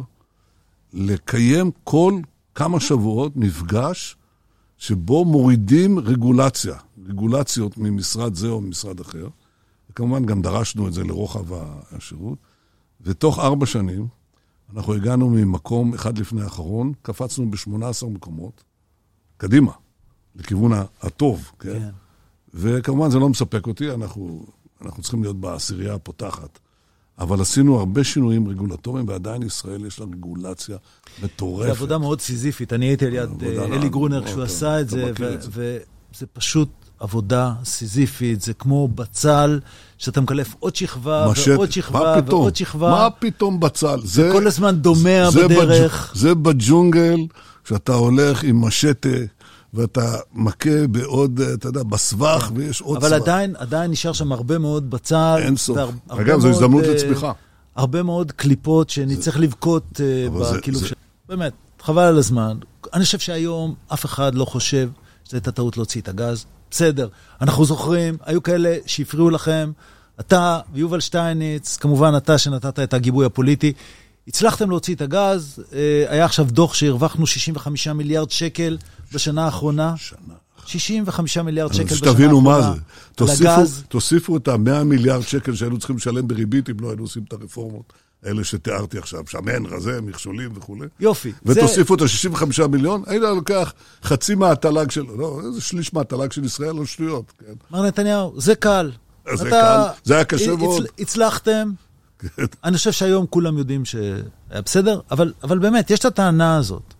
לקיים כל כמה שבועות מפגש שבו מורידים רגולציות ממשרד זה או ממשרד אחר, וכמובן גם דרשנו את זה לרוחב השירות, ותוך 4 שנים אנחנו הגענו ממקום אחד לפני האחרון, קפצנו ב-18 מקומות, קדימה, לכיוון הטוב, כן? וכמובן זה לא מספק אותי, אנחנו צריכים להיות בעשירייה הפותחת, אבל עשינו הרבה שינויים רגולטוריים, ועדיין ישראל יש לה רגולציה מטורפת. זו עבודה מאוד סיזיפית, אני הייתי על יד אלי גרונר כשהוא עשה את זה, וזה פשוט עבודה סיזיפית, זה כמו בצל, שאתה מקלף עוד שכבה ועוד שכבה ועוד שכבה. מה פתאום בצל? זה כל הזמן דומע בדרך. זה בג'ונגל, שאתה הולך עם משטה, ואתה מכה בעוד, אתה יודע, בסבך, ויש עוד סבך. אבל עדיין נשאר שם הרבה מאוד בצל. אין סוף. אגב, זו הזדמנות לצמיחה. הרבה מאוד קליפות שנצטרך לבכות בכילוף של... באמת, חבל על הזמן. אני חושב שהיום אף אחד לא חושב שזו הייתה טעות להוציא את הגז. בסדר, אנחנו זוכרים, היו כאלה שהפריעו לכם, אתה ויובל שטייניץ, כמובן אתה שנתת את הגיבוי הפוליטי, הצלחתם להוציא את הגז, היה עכשיו דוח שהרווחנו 65 מיליארד שקל בשנה האחרונה. 65 מיליארד שקל בשנה האחרונה. שתבינו מה זה. תוסיפו את ה-100 מיליארד שקל שהיינו צריכים לשלם בריבית, אם לא היינו עושים את הרפורמות האלה שתיארתי עכשיו, שמן, רזה, מכשולים וכו'. יופי. ותוסיפו את ה-65 מיליון, היינו לוקח חצי מהתל"ג של, לא, איזה שליש מהתל"ג של ישראל, לא שטויות. מר נתניהו, זה קל. זה קל, זה היה קשה מאוד. הצלחתם. אני חושב שהיום כולם יודעים שהיה בסדר, אבל באמת, יש את הטענה הזאת,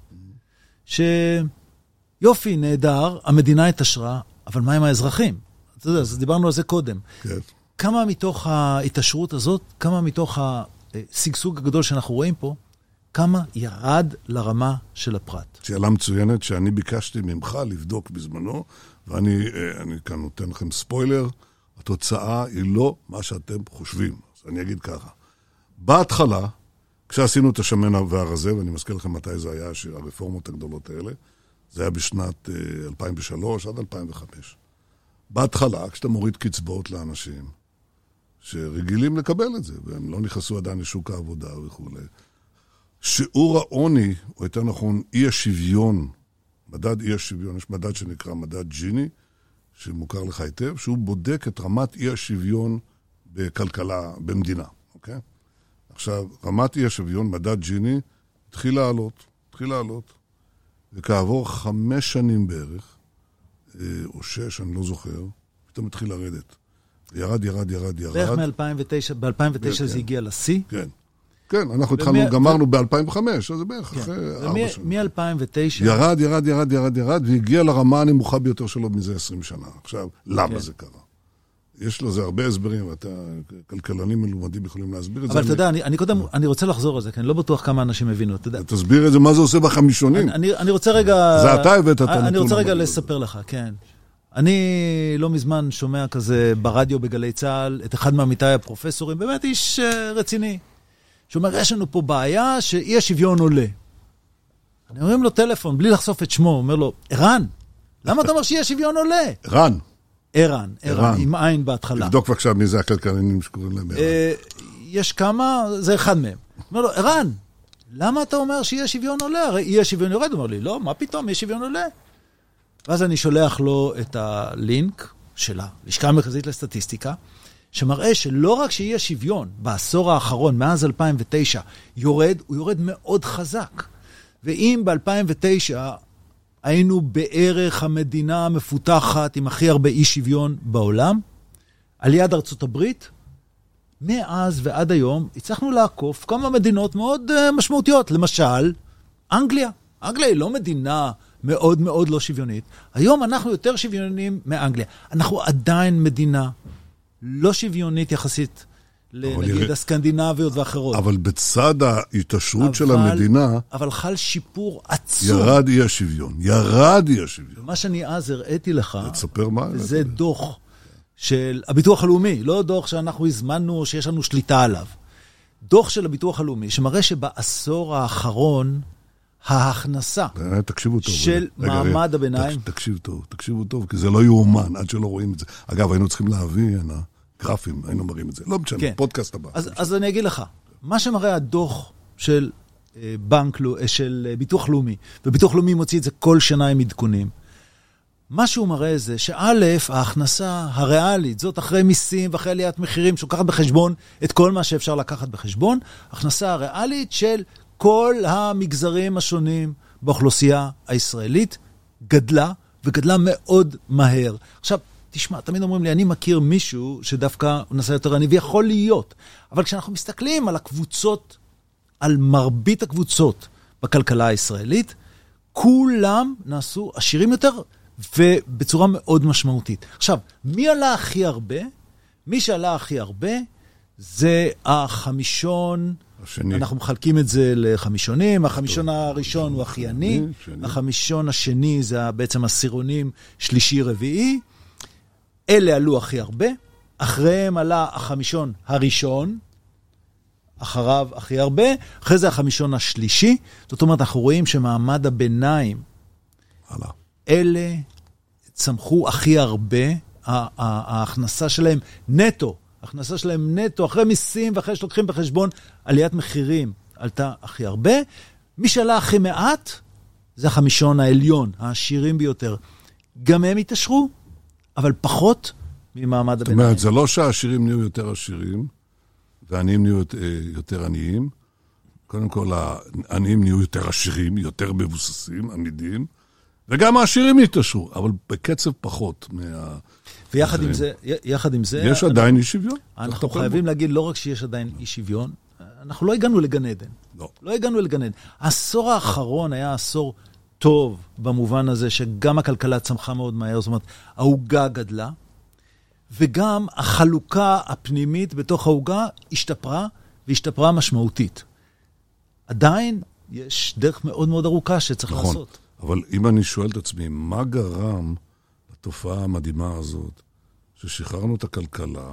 שיופי, נהדר, המדינה התעשרה, אבל מה עם האזרחים? אתה יודע, אז דיברנו על זה קודם. כן. כמה מתוך ההתעשרות הזאת, כמה מתוך השגשוג הגדול שאנחנו רואים פה, כמה ירד לרמה של הפרט? שאלה מצוינת שאני ביקשתי ממך לבדוק בזמנו, ואני כאן נותן לכם ספוילר, התוצאה היא לא מה שאתם חושבים. אז אני אגיד ככה. בהתחלה, כשעשינו את השמן והרזה, ואני מזכיר לכם מתי זה היה, הרפורמות הגדולות האלה, זה היה בשנת 2003 עד 2005. בהתחלה, כשאתה מוריד קצבאות לאנשים, שרגילים לקבל את זה, והם לא נכנסו עדיין לשוק העבודה וכו'. שיעור העוני, או יותר נכון, אי השוויון, מדד אי השוויון, יש מדד שנקרא מדד ג'יני, שמוכר לך היטב, שהוא בודק את רמת אי השוויון בכלכלה, במדינה, אוקיי? עכשיו, רמת אי השוויון, מדד ג'יני, התחיל לעלות, וכעבור 5 שנים בערך, או 6, אני לא זוכר, פתאום התחיל לרדת. ירד. בערך מ-2009, ב-2009 זה הגיע לשיא. כן. כן, אנחנו התחלנו, גמרנו ב-2005, אז זה בערך אחרי 4 שנים. מ-2009... ירד, והגיע לרמה הנמוכה ביותר שלו מזה 20 שנה. עכשיו, למה זה קרה? יש לזה הרבה הסברים, כלכלנים מלומדים יכולים להסביר את זה. אבל אתה יודע, אני רוצה לחזור על זה, כי אני לא בטוח כמה אנשים הבינו. תסביר את זה, מה זה עושה בחמישונים. אני רוצה רגע... זה אתה הבאת את הנתון. אני רוצה רגע לספר לך, כן. אני לא מזמן שומע כזה ברדיו בגלי צהל, את אחד מעמיתיי הפרופסורים, באמת איש רציני. שאומר, יש לנו פה בעיה שאי השוויון עולה. אני אומרים לו טלפון, בלי לחשוף את שמו, אומר לו, ערן, למה אתה אומר שאי השוויון עולה? ערן, עם עין בהתחלה. תבדוק בבקשה מי זה הכלכלנים שקוראים להם ערן. יש כמה, זה אחד מהם. אומר לו, ערן, למה אתה אומר שאי השוויון עולה? הרי אי השוויון יורד. הוא אומר לי, לא, מה פתאום, אי השוויון עולה? ואז אני שולח לו את הלינק של הלשכה המרכזית לסטטיסטיקה, שמראה שלא רק שאי השוויון בעשור האחרון, מאז 2009, יורד, הוא יורד מאוד חזק. ואם ב-2009 היינו בערך המדינה המפותחת עם הכי הרבה אי שוויון בעולם, על יד ארצות הברית, מאז ועד היום הצלחנו לעקוף כמה מדינות מאוד משמעותיות. למשל, אנגליה. אנגליה היא לא מדינה מאוד מאוד לא שוויונית. היום אנחנו יותר שוויוניים מאנגליה. אנחנו עדיין מדינה לא שוויונית יחסית לנגיד הסקנדינביות ואחרות. אבל בצד ההתעשרות של המדינה... אבל חל שיפור עצום. ירד אי השוויון. מה שאני אז הראיתי לך... תספר מה? זה דוח של הביטוח הלאומי, לא דוח שאנחנו הזמנו או שיש לנו שליטה עליו. דוח של הביטוח הלאומי, שמראה שבעשור האחרון, ההכנסה של מעמד הביניים... תקשיבו טוב, כי זה לא יאומן, עד שלא רואים את זה. אגב, היינו צריכים להביא גרפים, היינו מראים את זה. לא משנה, פודקאסט הבא. אז אני אגיד לך, מה שמראה הדוח של ביטוח לאומי, וביטוח לאומי מוציא את זה כל שנה עם עדכונים, מה שהוא מראה זה שא', ההכנסה הריאלית, זאת אחרי מיסים ואחרי עליית מחירים, שלוקחת בחשבון את כל מה שאפשר לקחת בחשבון, הכנסה הריאלית של כל המגזרים השונים באוכלוסייה הישראלית גדלה, וגדלה מאוד מהר. עכשיו, תשמע, תמיד אומרים לי, אני מכיר מישהו שדווקא הוא נסע יותר עני, ויכול להיות. אבל כשאנחנו מסתכלים על הקבוצות, על מרבית הקבוצות בכלכלה הישראלית, כולם נעשו עשירים יותר, ובצורה מאוד משמעותית. עכשיו, מי עלה הכי הרבה? מי שעלה הכי הרבה זה החמישון, השני. אנחנו מחלקים את זה לחמישונים, החמישון הראשון הוא הכי עני, החמישון השני זה בעצם הסירונים שלישי רביעי, אלה עלו הכי הרבה, אחריהם עלה החמישון הראשון, אחריו הכי הרבה, אחרי זה החמישון השלישי, זאת אומרת, אנחנו רואים שמעמד הביניים, אלה צמחו הכי הרבה, ההכנסה שלהם נטו, ההכנסה שלהם נטו, אחרי מיסים ואחרי שלוקחים בחשבון, עליית מחירים עלתה הכי הרבה, מי שעלה הכי מעט, זה החמישון העליון, העשירים ביותר. גם הם התעשרו, אבל פחות ממעמד הביניים. זאת אומרת, זה לא שהעשירים נהיו יותר עשירים, והעניים נהיו יותר עניים. קודם כל, העניים נהיו יותר עשירים, יותר מבוססים, עמידים, וגם העשירים התעשרו, אבל בקצב פחות ויחד עם זה... יש עדיין אי שוויון. אנחנו חייבים להגיד לא רק שיש עדיין אי שוויון, אנחנו לא הגענו לגן עדן. לא הגענו לגן עדן. העשור האחרון היה עשור טוב במובן הזה שגם הכלכלה צמחה מאוד מהר, זאת אומרת, העוגה גדלה, וגם החלוקה הפנימית בתוך העוגה השתפרה, והשתפרה משמעותית. עדיין יש דרך מאוד מאוד ארוכה שצריך לעשות. אבל אם אני שואל את עצמי, מה גרם לתופעה המדהימה הזאת, ששחררנו את הכלכלה,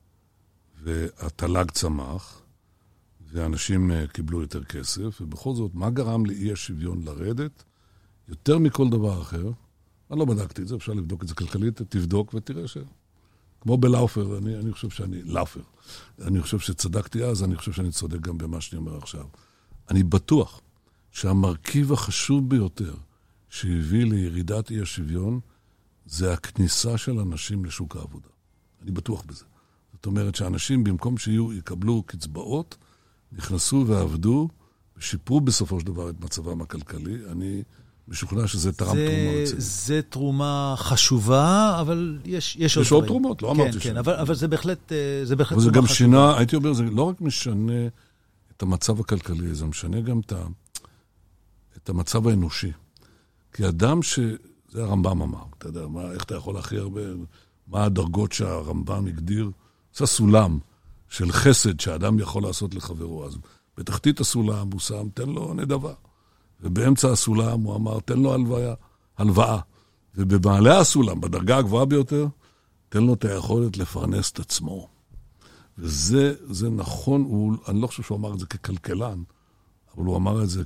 והתל"ג צמח, ואנשים קיבלו יותר כסף, ובכל זאת, מה גרם לאי השוויון לרדת? יותר מכל דבר אחר, אני לא בדקתי את זה, אפשר לבדוק את זה כלכלית, תבדוק ותראה כמו בלאופר, אני חושב אני חושב שצדקתי אז, אני חושב שאני צודק גם במה שאני אומר עכשיו. אני בטוח שהמרכיב החשוב ביותר שהביא לירידת אי השוויון, זה הכניסה של אנשים לשוק העבודה. אני בטוח בזה. זאת אומרת שאנשים במקום יקבלו קצבאות, נכנסו ועבדו, ושיפרו בסופו של דבר את מצבם הכלכלי. אני משוכנע שזה תרם תרומה רצינית. זה תרומה חשובה, אבל יש עוד תרומות, לא אמרתי כן, אבל זה בהחלט תרומה חשובה. וזה גם שינה, הייתי אומר, זה לא רק משנה את המצב הכלכלי, זה משנה גם את המצב האנושי. כי אדם זה הרמב"ם אמר, אתה יודע, איך אתה יכול להכי הרבה, מה הדרגות שהרמב"ם הגדיר? זה סולם של חסד שהאדם יכול לעשות לחברו. אז בתחתית הסולם הוא שם, תן לו נדבה. ובאמצע הסולם הוא אמר, תן לו הלוואה. ובמעלה הסולם, בדרגה הגבוהה ביותר, תן לו את היכולת לפרנס את עצמו. וזה נכון, אני לא חושב שהוא אמר את זה ככלכלן, אבל הוא אמר את זה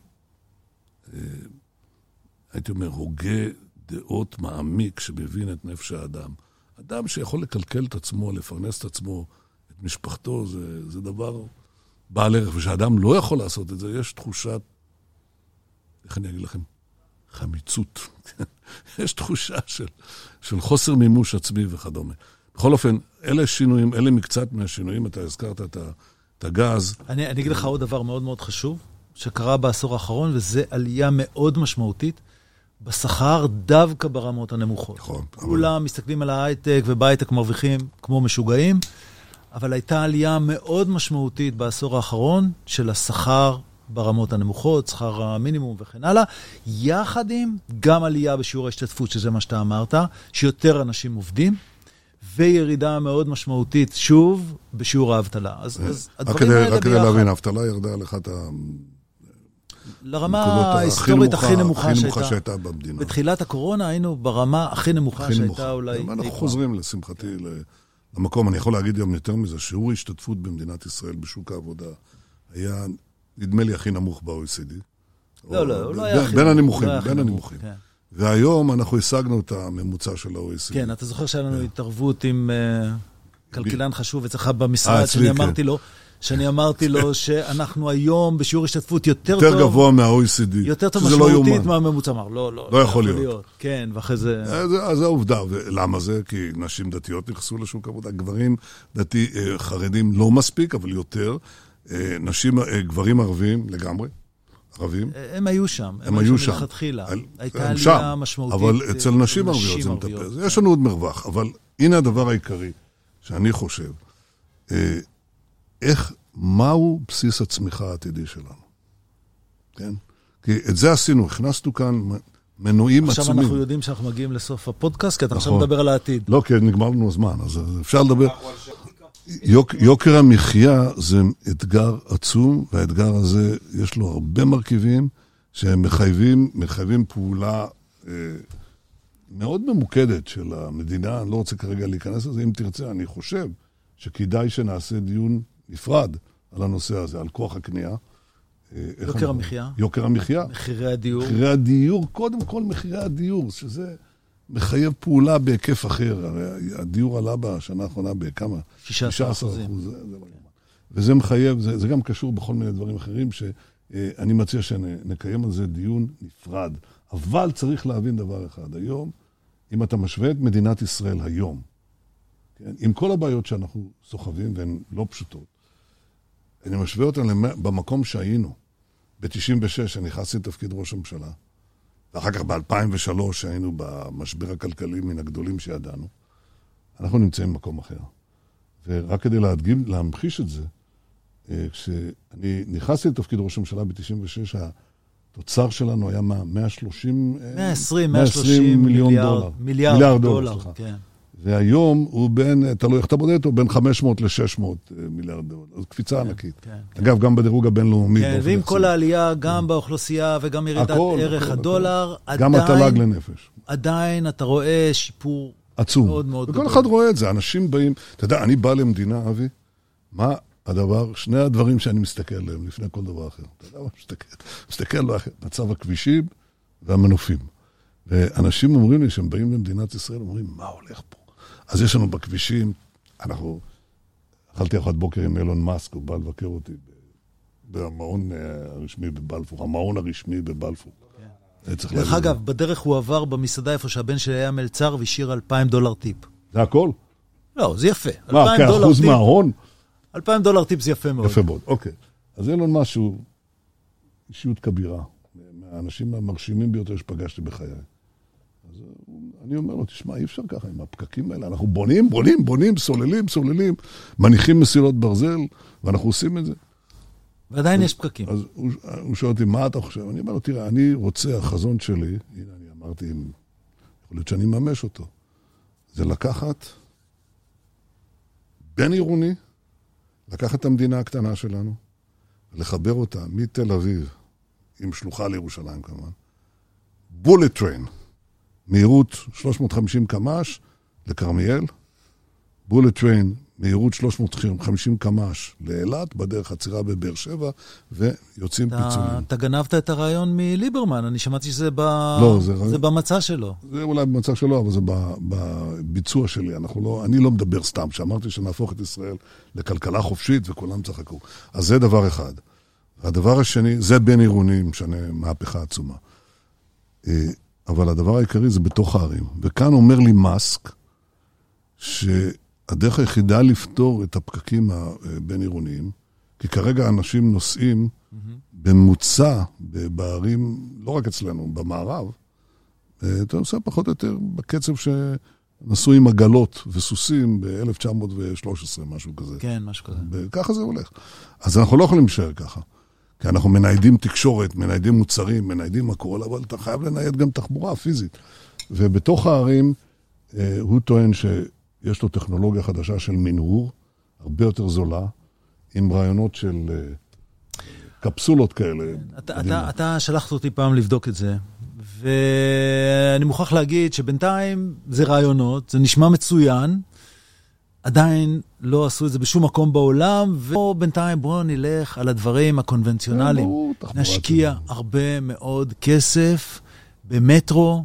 הייתי אומר, הוגה דעות מעמיק שמבין את נפש האדם. אדם שיכול לקלקל את עצמו, לפרנס את עצמו, את משפחתו, זה דבר בעל ערך. ושאדם לא יכול לעשות את זה, יש תחושת, איך אני אגיד לכם? חמיצות. יש תחושה של חוסר מימוש עצמי וכדומה. בכל אופן, אלה שינויים, אלה מקצת מהשינויים, אתה הזכרת את הגז. אני אגיד לך עוד דבר מאוד מאוד חשוב, שקרה בעשור האחרון, וזה עלייה מאוד משמעותית, בשכר דווקא ברמות הנמוכות. נכון. כולם מסתכלים על ההייטק, ובהייטק מרוויחים כמו משוגעים, אבל הייתה עלייה מאוד משמעותית בעשור האחרון, של השכר ברמות הנמוכות, שכר המינימום וכן הלאה, יחד עם גם עלייה בשיעור ההשתתפות, שזה מה שאתה אמרת, שיותר אנשים עובדים, וירידה מאוד משמעותית, שוב, בשיעור האבטלה. אז הדברים האלה ביחד. רק כדי להבין, האבטלה ירדה לך את לרמה ההיסטורית הכי נמוכה שהייתה במדינה. בתחילת הקורונה היינו ברמה הכי נמוכה שהייתה אולי. אנחנו חוזרים, לשמחתי, למקום. אני יכול להגיד גם יותר מזה, שיעור ההשתתפות במדינת ישראל בשוק העבודה היה, נדמה לי, הכי נמוך ב-OECD. לא היה הכי נמוך. בין הנמוכים. והיום אנחנו השגנו את הממוצע של ה-OECD. כן, אתה זוכר שהיה לנו התערבות עם כלכלן חשוב אצלך במשרד, שאני אמרתי לו שאנחנו היום בשיעור השתתפות יותר גבוה מה-OECD. יותר טוב משמעותית מהממוצע. אמר, לא יכול להיות. כן, ואחרי זה... אז זה העובדה. ולמה זה? כי נשים דתיות נכנסו לשוק עבודה. גברים חרדים לא מספיק, אבל יותר. גברים ערבים לגמרי. ערבים. הם היו שם. הם היו שם מלכתחילה. הייתה עלייה משמעותית. אבל אצל נשים ערביות זה מטפל. יש לנו עוד מרווח. אבל הנה הדבר העיקרי שאני חושב. מהו בסיס הצמיחה העתידי שלנו? כן? כי את זה עשינו, הכנסנו כאן מנועים עצומים. עכשיו אנחנו יודעים שאנחנו מגיעים לסוף הפודקאסט, כי אתה עכשיו מדבר על העתיד. לא, כי נגמר לנו הזמן, אז אפשר לדבר. יוקר המחיה זה אתגר עצום, והאתגר הזה יש לו הרבה מרכיבים שהם מחייבים פעולה מאוד ממוקדת של המדינה. אני לא רוצה כרגע להיכנס לזה, אם תרצה, אני חושב שכדאי שנעשה דיון נפרד על הנושא הזה, על כוח הקנייה. יוקר המחיה. יוקר המחיה. מחירי הדיור. מחירי הדיור, קודם כל מחירי הדיור, שזה מחייב פעולה בהיקף אחר. הרי הדיור עלה בשנה האחרונה בכמה? 16%. וזה מחייב, זה גם קשור בכל מיני דברים אחרים, שאני מציע שנקיים על זה דיון נפרד. אבל צריך להבין דבר אחד. היום, אם אתה משווה את מדינת ישראל היום, כן? עם כל הבעיות שאנחנו סוחבים, והן לא פשוטות, אני משווה אותן במקום שהיינו. ב-96 אני נכנסתי לתפקיד ראש הממשלה, ואחר כך ב-2003 שהיינו במשבר הכלכלי מן הגדולים שידענו, אנחנו נמצאים במקום אחר. ורק כדי להמחיש את זה, כשאני נכנסתי לתפקיד ראש הממשלה ב-96, התוצר שלנו היה 120 מיליון דולר. מיליארד דולר, כן. והיום הוא תלוי איך אתה בודק אותו, בין 500 ל-600 מיליארד דולר. זו קפיצה ענקית. אגב, גם בדירוג הבינלאומי. כן, ועם כל העלייה, גם באוכלוסייה וגם ירידת ערך הדולר, גם התל"ג לנפש. עדיין אתה רואה שיפור מאוד מאוד גדול. וכל אחד רואה את זה, אנשים באים, אתה יודע, אני בא למדינה, אבי, מה שני הדברים שאני מסתכל עליהם לפני כל דבר אחר. אתה יודע מה מסתכל מצב הכבישים והמנופים. ואנשים אומרים לי שהם באים למדינת ישראל, אומרים, מה הולך פה? אז יש לנו בכבישים, אכלתי אחת בוקר עם אילון מאסק, הוא בא לבקר אותי במעון הרשמי בבלפור, המעון הרשמי בבלפור. דרך אגב, בדרך הוא עבר במסעדה איפה שהבן שלי היה מלצר והשאיר $2,000 טיפ. זה הכל? לא, זה יפה. מה, כאחוז מההון? $2,000 טיפ זה יפה מאוד. יפה מאוד, אוקיי. אז אילון משהו, אישיות כבירה, מהאנשים המרשימים ביותר שפגשתי בחיי. אז אני אומר לו, תשמע, אי אפשר ככה עם הפקקים האלה. אנחנו בונים, סוללים, מניחים מסילות ברזל, ואנחנו עושים את זה. ועדיין יש פקקים. אז הוא שואל אותי, מה אתה חושב? אני אומר לו, תראה, אני רוצה, החזון שלי, הנה, אני אמרתי, יכול להיות שאני ממש אותו, זה לקחת בין עירוני, לקחת את המדינה הקטנה שלנו, לחבר אותה מתל אביב, עם שלוחה לירושלים כמובן, בולט טריין, מהירות 350 קמ"ש לכרמיאל, בולט טריין, מהירות 350 קמ"ש לאילת, בדרך עצירה בבאר שבע, ויוצאים פיצולים. אתה גנבת את הרעיון מליברמן, אני שמעתי שזה זה במצע שלו. זה אולי במצע שלו, אבל זה בביצוע שלי. אני לא מדבר סתם, שאמרתי שנהפוך את ישראל לכלכלה חופשית וכולם צחקו. אז זה דבר אחד. הדבר השני, זה בין עירוני, משנה מהפכה עצומה. אבל הדבר העיקרי זה בתוך הערים. וכאן אומר לי מאסק, שהדרך היחידה לפתור את הפקקים הבין עירוניים, כי כרגע אנשים נוסעים בממוצע בערים, לא רק אצלנו, במערב, אתה נוסע פחות או יותר בקצב שנסעו עם עגלות וסוסים ב-1913, משהו כזה. כן, משהו כזה. וככה זה הולך. אז אנחנו לא יכולים להישאר ככה. כי אנחנו מניידים תקשורת, מניידים מוצרים, מניידים הכל, אבל אתה חייב לנייד גם תחבורה פיזית. ובתוך הערים, הוא טוען שיש לו טכנולוגיה חדשה של מנהור, הרבה יותר זולה, עם רעיונות של קפסולות כאלה. אתה שלחת אותי פעם לבדוק את זה, ואני מוכרח להגיד שבינתיים זה רעיונות, זה נשמע מצוין, עדיין לא עשו את זה בשום מקום בעולם, ובינתיים בואו נלך על הדברים הקונבנציונליים. נשקיע הרבה מאוד כסף במטרו,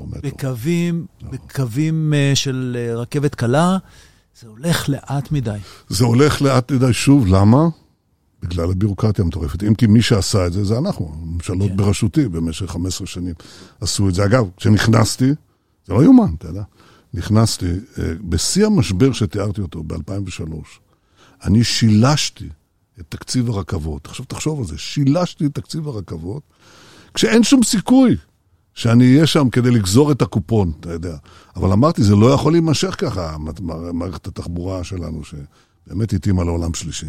בקווים של רכבת קלה, זה הולך לאט מדי. זה הולך לאט מדי שוב, למה? בגלל הבירוקרטיה המטורפת. אם כי מי שעשה את זה, זה אנחנו, ממשלות בראשותי במשך 15 שנים עשו את זה. אגב, כשנכנסתי, זה לא יומן, אתה יודע. נכנסתי, בשיא המשבר שתיארתי אותו ב-2003, אני שילשתי את תקציב הרכבות. עכשיו תחשוב על זה, שילשתי את תקציב הרכבות, כשאין שום סיכוי שאני אהיה שם כדי לגזור את הקופון, אתה יודע. אבל אמרתי, זה לא יכול להימשך ככה, מערכת התחבורה שלנו, שבאמת התאימה לעולם שלישי.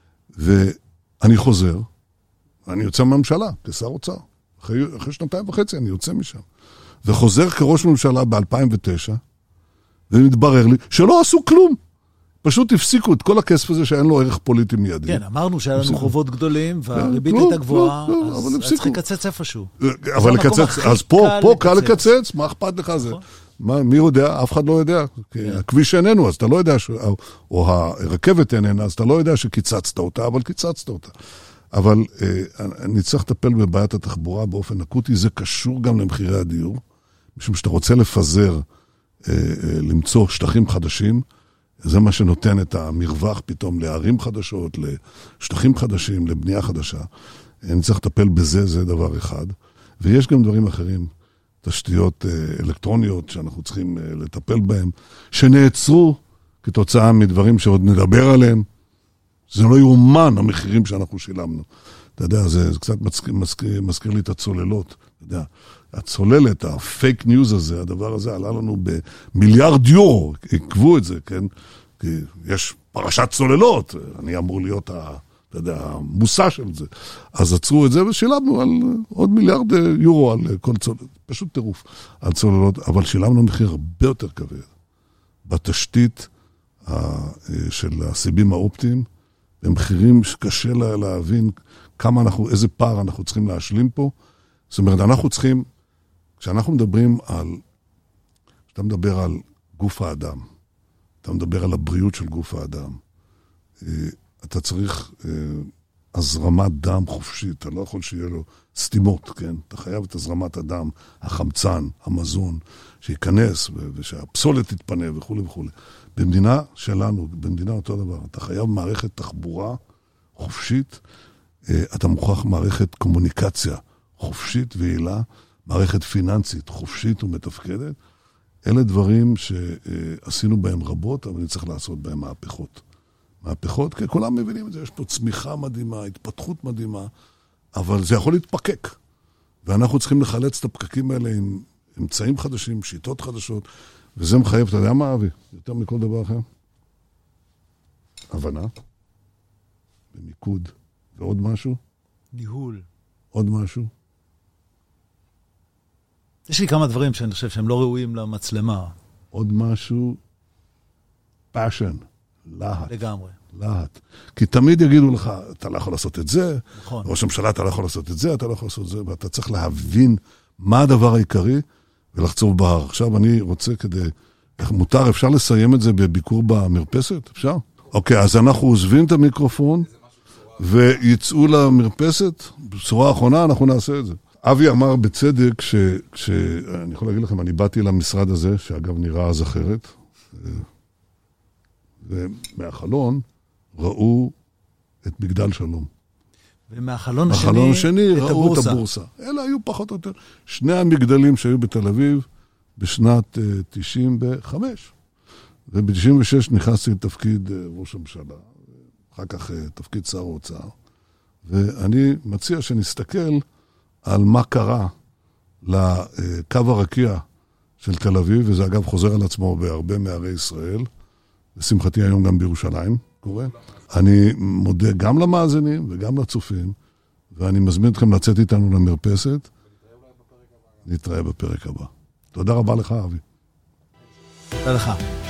ואני חוזר, אני יוצא מהממשלה, כשר אוצר. אחרי 2.5 אני יוצא משם. וחוזר כראש ממשלה ב-2009, ומתברר לי שלא עשו כלום. פשוט הפסיקו את כל הכסף הזה שאין לו ערך פוליטי מיידי. כן, אמרנו שהיה לנו חובות גדולים, והריבית הייתה גבוהה, אז צריך לקצץ איפשהו. אבל לקצץ, אז פה קל לקצץ, מה אכפת לך זה? מי יודע? אף אחד לא יודע. הכביש איננו, אז אתה לא יודע, או הרכבת איננה, אז אתה לא יודע שקיצצת אותה, אבל קיצצת אותה. אבל אני צריך לטפל בבעיית התחבורה באופן אקוטי, זה קשור גם למחירי הדיור, משום שאתה רוצה לפזר, למצוא שטחים חדשים, זה מה שנותן את המרווח פתאום לערים חדשות, לשטחים חדשים, לבנייה חדשה. אני צריך לטפל בזה, זה דבר אחד. ויש גם דברים אחרים, תשתיות אלקטרוניות שאנחנו צריכים לטפל בהם, שנעצרו כתוצאה מדברים שעוד נדבר עליהם. זה לא יאומן המחירים שאנחנו שילמנו. אתה יודע, זה קצת מזכיר לי את הצוללות. אתה יודע, הצוללת, הפייק ניוז הזה, הדבר הזה עלה לנו במיליארד יורו, עקבו את זה, כן? כי יש פרשת צוללות, אני אמור להיות, אתה יודע, המושא של זה. אז עצרו את זה ושילמנו על עוד מיליארד יורו על כל צוללות, פשוט טירוף על צוללות, אבל שילמנו מחיר הרבה יותר כבד. בתשתית של הסיבים האופטיים, במחירים שקשה להבין איזה פער אנחנו צריכים להשלים פה. זאת אומרת, אנחנו צריכים, כשאנחנו מדברים כשאתה מדבר על גוף האדם, אתה מדבר על הבריאות של גוף האדם, אתה צריך הזרמת דם חופשית, אתה לא יכול שיהיה לו סתימות, כן? אתה חייב את הזרמת הדם, החמצן, המזון, שיכנס ושהפסולת תתפנה וכו' וכו'. במדינה שלנו, במדינה אותו דבר, אתה חייב מערכת תחבורה חופשית, אתה מוכרח מערכת קומוניקציה חופשית ויעילה, מערכת פיננסית חופשית ומתפקדת. אלה דברים שעשינו בהם רבות, אבל נצטרך לעשות בהם מהפכות. מהפכות, כי כולם מבינים את זה, יש פה צמיחה מדהימה, התפתחות מדהימה, אבל זה יכול להתפקק. ואנחנו צריכים לחלץ את הפקקים האלה עם אמצעים חדשים, שיטות חדשות, וזה מחייב, אתה יודע מה, אבי? יותר מכל דבר אחר. הבנה, ומיקוד, ועוד משהו. ניהול. עוד משהו. יש לי כמה דברים שאני חושב שהם לא ראויים למצלמה. עוד משהו, passion, להט. לגמרי. להט. כי תמיד יגידו לך, אתה לא יכול לעשות את זה, נכון. ראש הממשלה, אתה לא יכול לעשות את זה, אתה לא יכול לעשות את זה, ואתה צריך להבין מה הדבר העיקרי, ולחצוב בהר. עכשיו אני רוצה כדי, מותר, אפשר לסיים את זה בביקור במרפסת? אפשר? אוקיי, אז אנחנו עוזבים את המיקרופון, ויצאו למרפסת, בשורה האחרונה אנחנו נעשה את זה. אבי אמר בצדק אני יכול להגיד לכם, אני באתי למשרד הזה, שאגב נראה אז אחרת, ומהחלון ראו את מגדל שלום. ומהחלון השני ראו את הבורסה. אלה היו פחות או יותר שני המגדלים שהיו בתל אביב בשנת 95. וב-96 נכנסתי לתפקיד ראש הממשלה, אחר כך תפקיד שר האוצר, ואני מציע שנסתכל על מה קרה לקו הרקיע של תל אביב, וזה אגב חוזר על עצמו בהרבה מערי ישראל, לשמחתי היום גם בירושלים קורה. אני מודה גם למאזינים וגם לצופים, ואני מזמין אתכם לצאת איתנו למרפסת. נתראה בפרק הבא. תודה רבה לך, אבי. תודה לך.